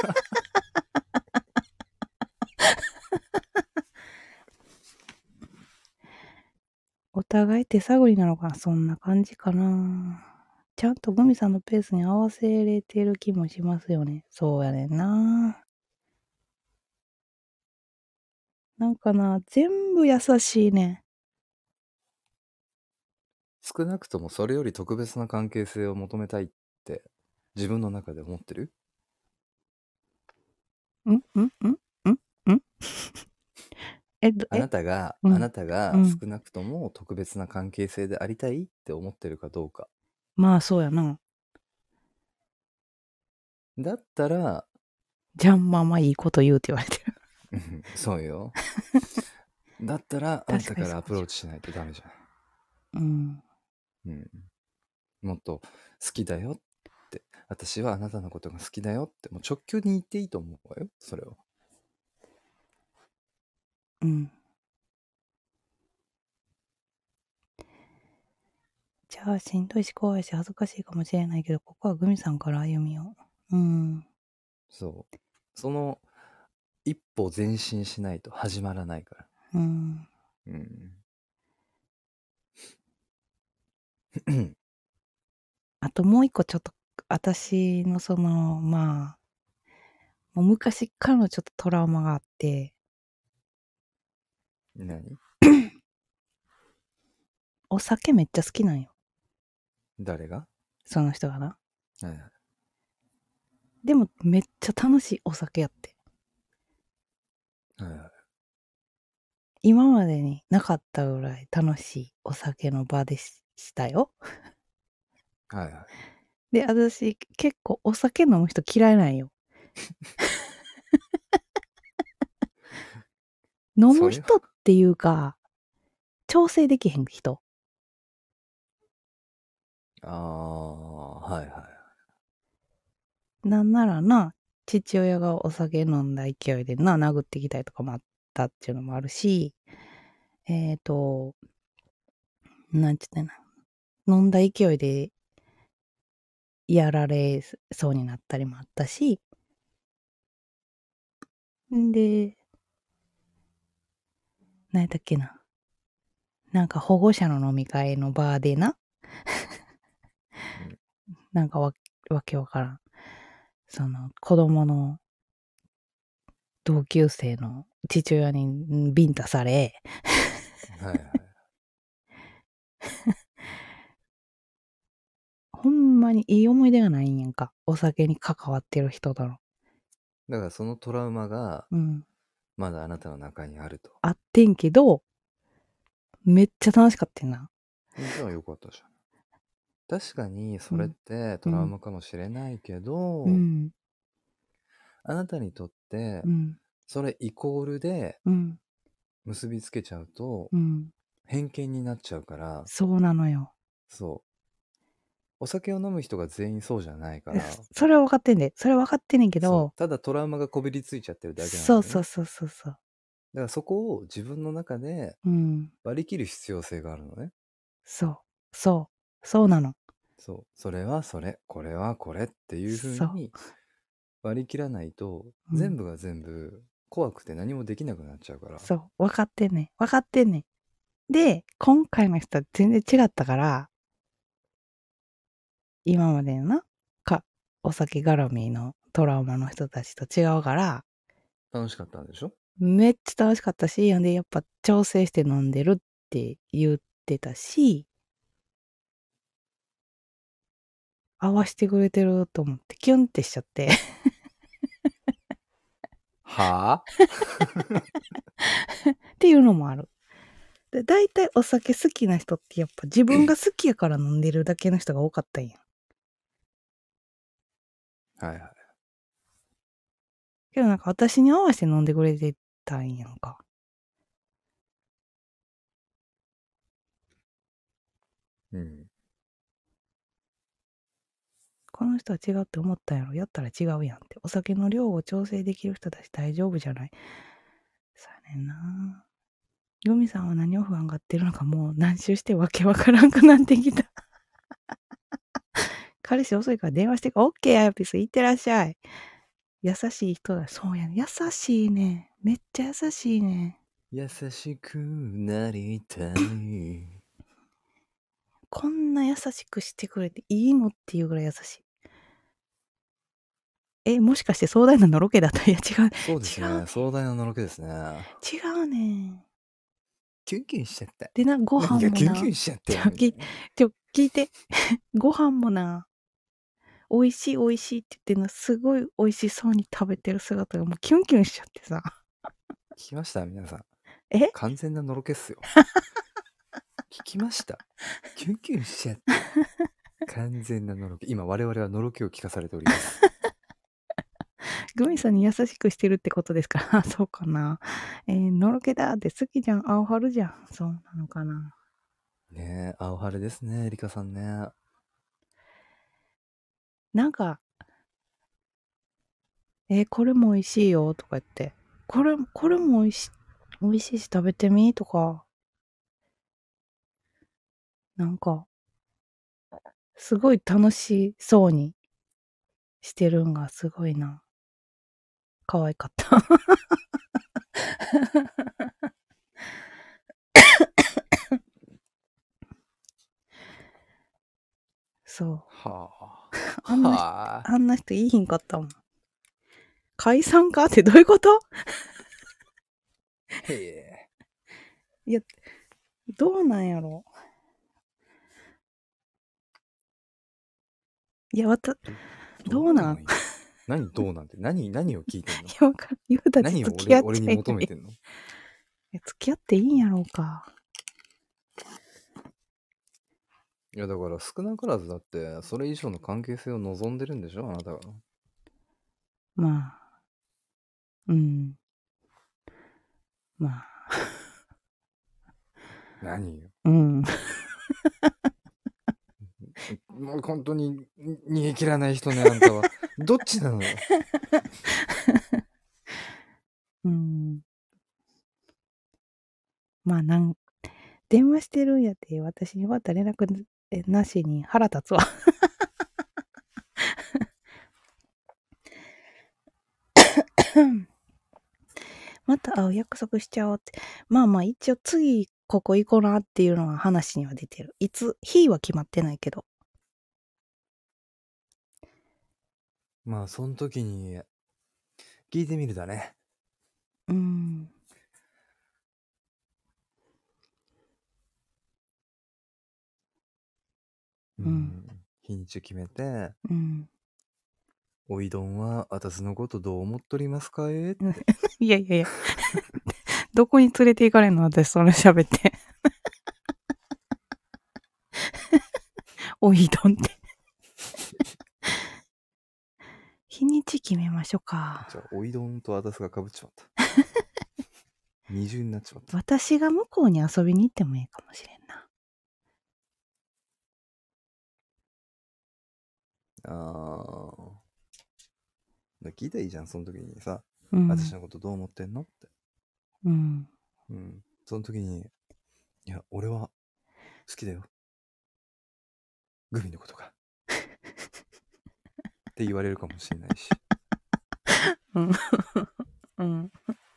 お互い手探りなのかな、そんな感じかな。ちゃんとグミさんのペースに合わせれてる気もしますよね。そうやねんな。なんかな、全部優しいね。 少なくともそれより特別な関係性を求めたいって自分の中で思ってる？ んんんんんえ、どあえ、 なたが、 うん、 あなたがうん。 少なくとも特別な関係性でありたいって思ってるかどうか。 まあ、そうやな。 だったら、 じゃんまあまあいいこと言うって言われてる。 うんそうよ。だったら、あんた確かにからアプロそうじーチしないとダメじゃゃん。うん。 ん。うん。もっと好きだよって。 私はあなたのことが好きだよってもう直球に言っていいと思うわよ、それは。 うん。じゃあしんどいし怖いし恥ずかしいかもしれないけど、ここはグミさんから歩みを。うん。 そう。その一歩前進しないと始まらないから。 うん。 うん。 あともう一個ちょっと、私のその、まあ、もう昔からのちょっとトラウマがあって、 何お酒めっちゃ好きなんよ。 誰が？ その人がな。 はいはい。 でもめっちゃ楽しいお酒やって。 はいはい。 今までになかったぐらい楽しいお酒の場でしたよ。 はいはい。 で、私結構お酒飲む人嫌いなんよ。飲むそれは人っていうか、調整できへん人。 ああ、はいはい。 なんならな、父親がお酒飲んだ勢いでな、殴ってきたりとかもあったっていうのもあるし、えっ、ー、と、なんちゅってな、飲んだ勢いでやられそうになったりもあったし、んで、何やったっけな。なんか保護者の飲み会の場でな、 うん、 なんかわわけわからん。その子供の同級生の父親にビンタされ、 はいはい。 ほんまにいい思い出がないんやんか。お酒に関わってる人だろ。 だからそのトラウマがうん。 まだあなたの中にあると。 あってんけど、めっちゃ楽しかったんな。 じゃあよかったじゃん。確かにそれっうん。 てトラウうん。 マかもしれないけど、 うん。 あなたにとってうん。 それイコールでうん。 結びつけちゃうとうん。 偏見になっちゃうから、 そうなのよ。 そう。お酒を飲む人が全員そうじゃないから、 それは分かってんで。それは分かってんねんけそう。 ど、 ただトラウマがこびりついちゃってるだけなんだよね。 そうそうそうそうそう。 だからそこを自分の中でうん。 割り切る必要性があるのね。 そう。そう。そうなの。 そう。それはそれ、これはこれっていう風そう。 に割り切らないと、 うん。 全部が全部怖くて何もできなくなっちゃうから。 そう。分かってんねん。分かってんねん。で、今回の人は全然違ったから、今までのな、か、お酒絡みのトラウマの人たちと違うから、 楽しかったんでしょ？ めっちゃ楽しかったし、ほんでやっぱ調整して飲んでるって言ってたし、合わしてくれてると思ってキュンってしちゃって。 はあっていうのもある。で、大体お酒好きな人ってやっぱ自分が好きやから飲んでるだけの人が多かったんや。 はいはい。 けどなんか私に合わせて飲んでくれてたんやんか。 うん。 この人は違うって思ったんやろ。やったら違うやんって。お酒の量を調整できる人だし大丈夫じゃない。そうやねんな。ヨミさんは何を不安がってるのかもう何周してわけわからんくなってきた。彼氏遅いから電話してか、オッケーアヤピス、いってらっしゃい。優しい人だ。そうやね。優しいね。めっちゃ優しいね。 優しくなりたい。 こんな優しくしてくれていいのっていうぐらい優しい。え、もしかして壮大なのろけだった？いや、違う。 そうですね。 違うね。 壮大なのろけですね。 違うね。 キュンキュンしちゃった。 でな、ご飯何がもな、 キュンキュンしちゃってちょ、 るみたいな。 ちょ、聞いて。ご飯もな、美味しい美味しいって言ってな、すごい美味しそうに食べてる姿がもうキュンキュンしちゃってさ。 聞きました皆さん。 え完全なのろけっすよ。聞きました。キュンキュンしちゃって。完全なのろけ。今我々はのろけを聞かされております。 グミさんに優しくしてるってことですか？そうかな。えー、のろけだって好きじゃん。青春じゃん。そうなのかな。 ねえ、青春ですね、リカさんね。 なんか、え、これも美味しいよとか言って、これ、これも美味しい、美味しいし食べてみとか、なんか、すごい楽しそうにしてるんがすごいな。可愛かった。そう。 はあ。 あんな人、 はあ。 あんな人いいひんかったもん。解散かってどういうこと？ へえ。 いや、どうなんやろ。いや、わた、どうなん？ 何どうなんて何、何を聞いてんの？ いや、わかる。ゆうたち何を付き合俺、俺にっちゃいない。 求めてんの？ いや付き合っていいんやろうか。 いやだから少なからずだってそれ以上の関係性を望んでるんでしょあなたが。 まあ、うん。まあ。 何よ。 うん。 もう本当に逃げ切らない人ねあんたは。どっちなのよ。 うん。まあ、なん、電話してるんやって私にまた連絡なしに腹立つわ。また会う約束しちゃおうって。まあまあ一応次ここ行こうなっていうのが話には出てる。いつ、日は決まってないけど。 まあその時に聞いてみるだね。 うーん。 うん。日にち決めて、 うん。 おいどんはあたすのことどう思っとりますかえって。 いやいやいや。どこに連れて行かれんの私それ喋って。おいどんって。日にち決めましょうか。 じゃあおいどんとあたすが被っちまった。二重になっちまった。 私が向こうに遊びに行ってもいいかもしれんな。 ああ。聞いたらいいじゃん、その時にさ。 うん、 私のことどう思ってんのって。 うん。 うん。その時に、いや、俺は好きだよ。グミのことか。って言われるかもしれないし。 うん。うん。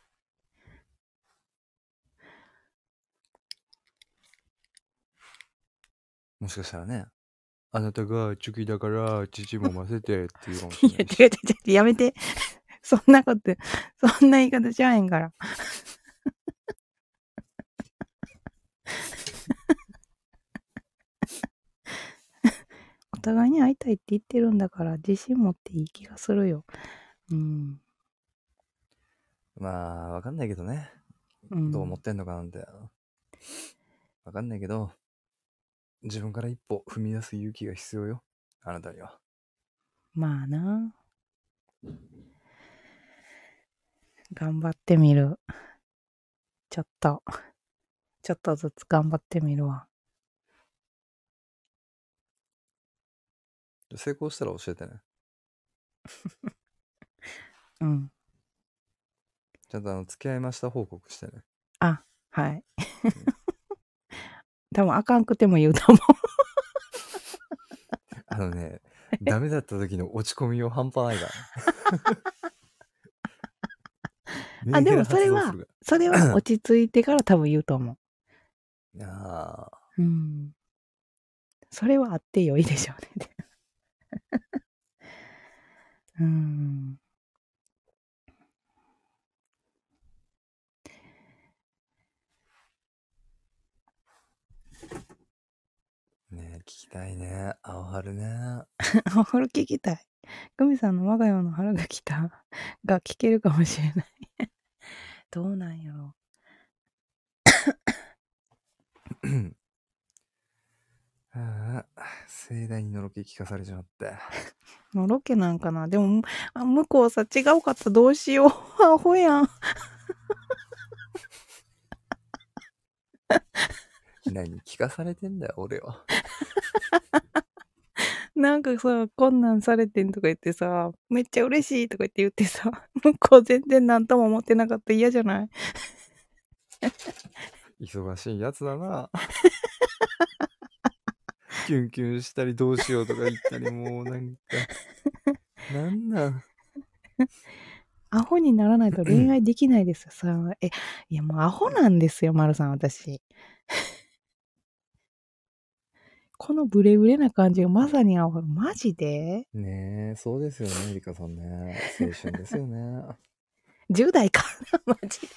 もしかしたらね、あなたがチョキだから父も混ぜてって言うかもしれないし。 いや、違う違う違う、やめて。そんなこと、そんな言い方しゃあへんから。お互いに会いたいって言ってるんだから自信持っていい気がするよ。うん。 まあ、わかんないけどね。 うん、 どう思ってんのかなんて。わかんないけど、自分から一歩踏み出す勇気が必要よ。あなたには。 まあな。頑張ってみる。ちょっと、ちょっとずつ頑張ってみるわ。 成功したら教えてね。 うん。 ちゃんとあの、付き合いました報告してね。 あ、はい。うん、多分あかんくても言うと思う。 あのね、ダメだった時の落ち込みを半端ないから。 あ、でもそれは、それは落ち着いてから多分言うと思う。 ああ。 うん。それはあってよいでしょうね。うん。 ねえ、聞きたいね。青春ね。 青春聞きたい。グミさんの我が家の春が来たが聞けるかもしれない。どうなんやろああ、盛大にのろけ聞かされちまって。 のろけなんかな。でも、あ、向こうさ、違うかったどうしよう。アホやん。 何聞かされてんだよ、俺は。 なんかさ、こんなんされてんとか言ってさ、めっちゃ嬉しいとか言って言ってさ、向こう全然何とも思ってなかったら嫌じゃない？ 忙しいやつだな。キュンキュンしたりどうしようとか言ったり、もうなんか、なんなん。 アホにならないと恋愛できないですよ、さ。え、いやもうアホなんですよ、丸さん、私。このブレブレな感じがまさにアホ。マジでねえ、そうですよね、エリカさんね。青春ですよね。 じゅう代かな、マジで。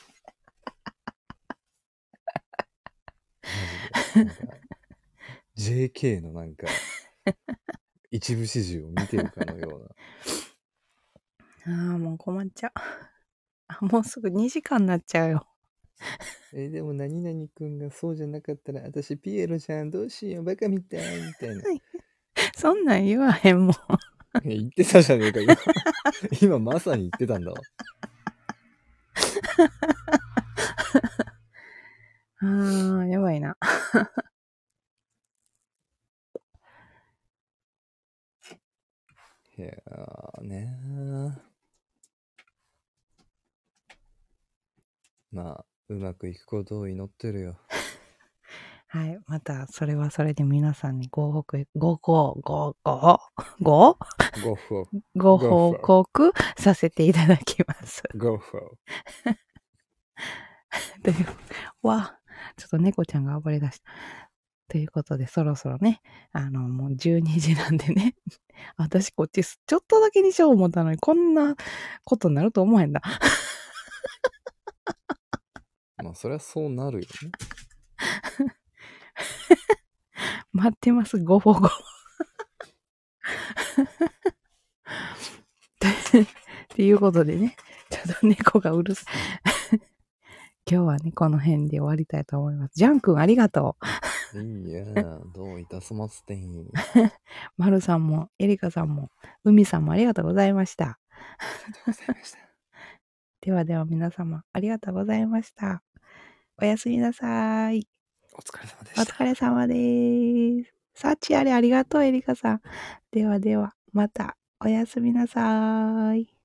マジで。なんか、ジェーケー のなんか、一部始終を見てるかのような。ああ、もう困っちゃう。あ、もうすぐにじかんになっちゃうよ。 えーでも何々くんがそうじゃなかったら私ピエロじゃん、どうしよう、バカみたいみたいな。 そんなん言わへんもん。 言ってたじゃねえか、今。今まさに言ってたんだわ。 あー、やばいな。 いやーねー。まあ、うまくいくことを祈ってるよ。 はい。また、それはそれで皆さんにご報告、ご、ご、ご、ご、ごごフォー。 ご報告させていただきます。 ごフォー。 という、わ、ちょっと猫ちゃんが暴れ出した。ということで、そろそろね、あの、もうじゅうにじなんでね。私こっちちょっとだけにしよう思ったのに、こんなことになると思えんだ。 まあ、そりゃそうなるよね。 待ってます、ご報告。っていうことでね、ちょっと猫がうるさい。今日はね、この辺で終わりたいと思います。ジャン君ありがとう。いやどういたしましてん。 まるさんも、エリカさんも、海さんもありがとうございました。ありがとうございました。 ではでは皆様、ありがとうございました。おやすみなさい。 お疲れ様でした。 お疲れ様です。サチあれありがとう、エリカさん。ではでは、また、おやすみなさい。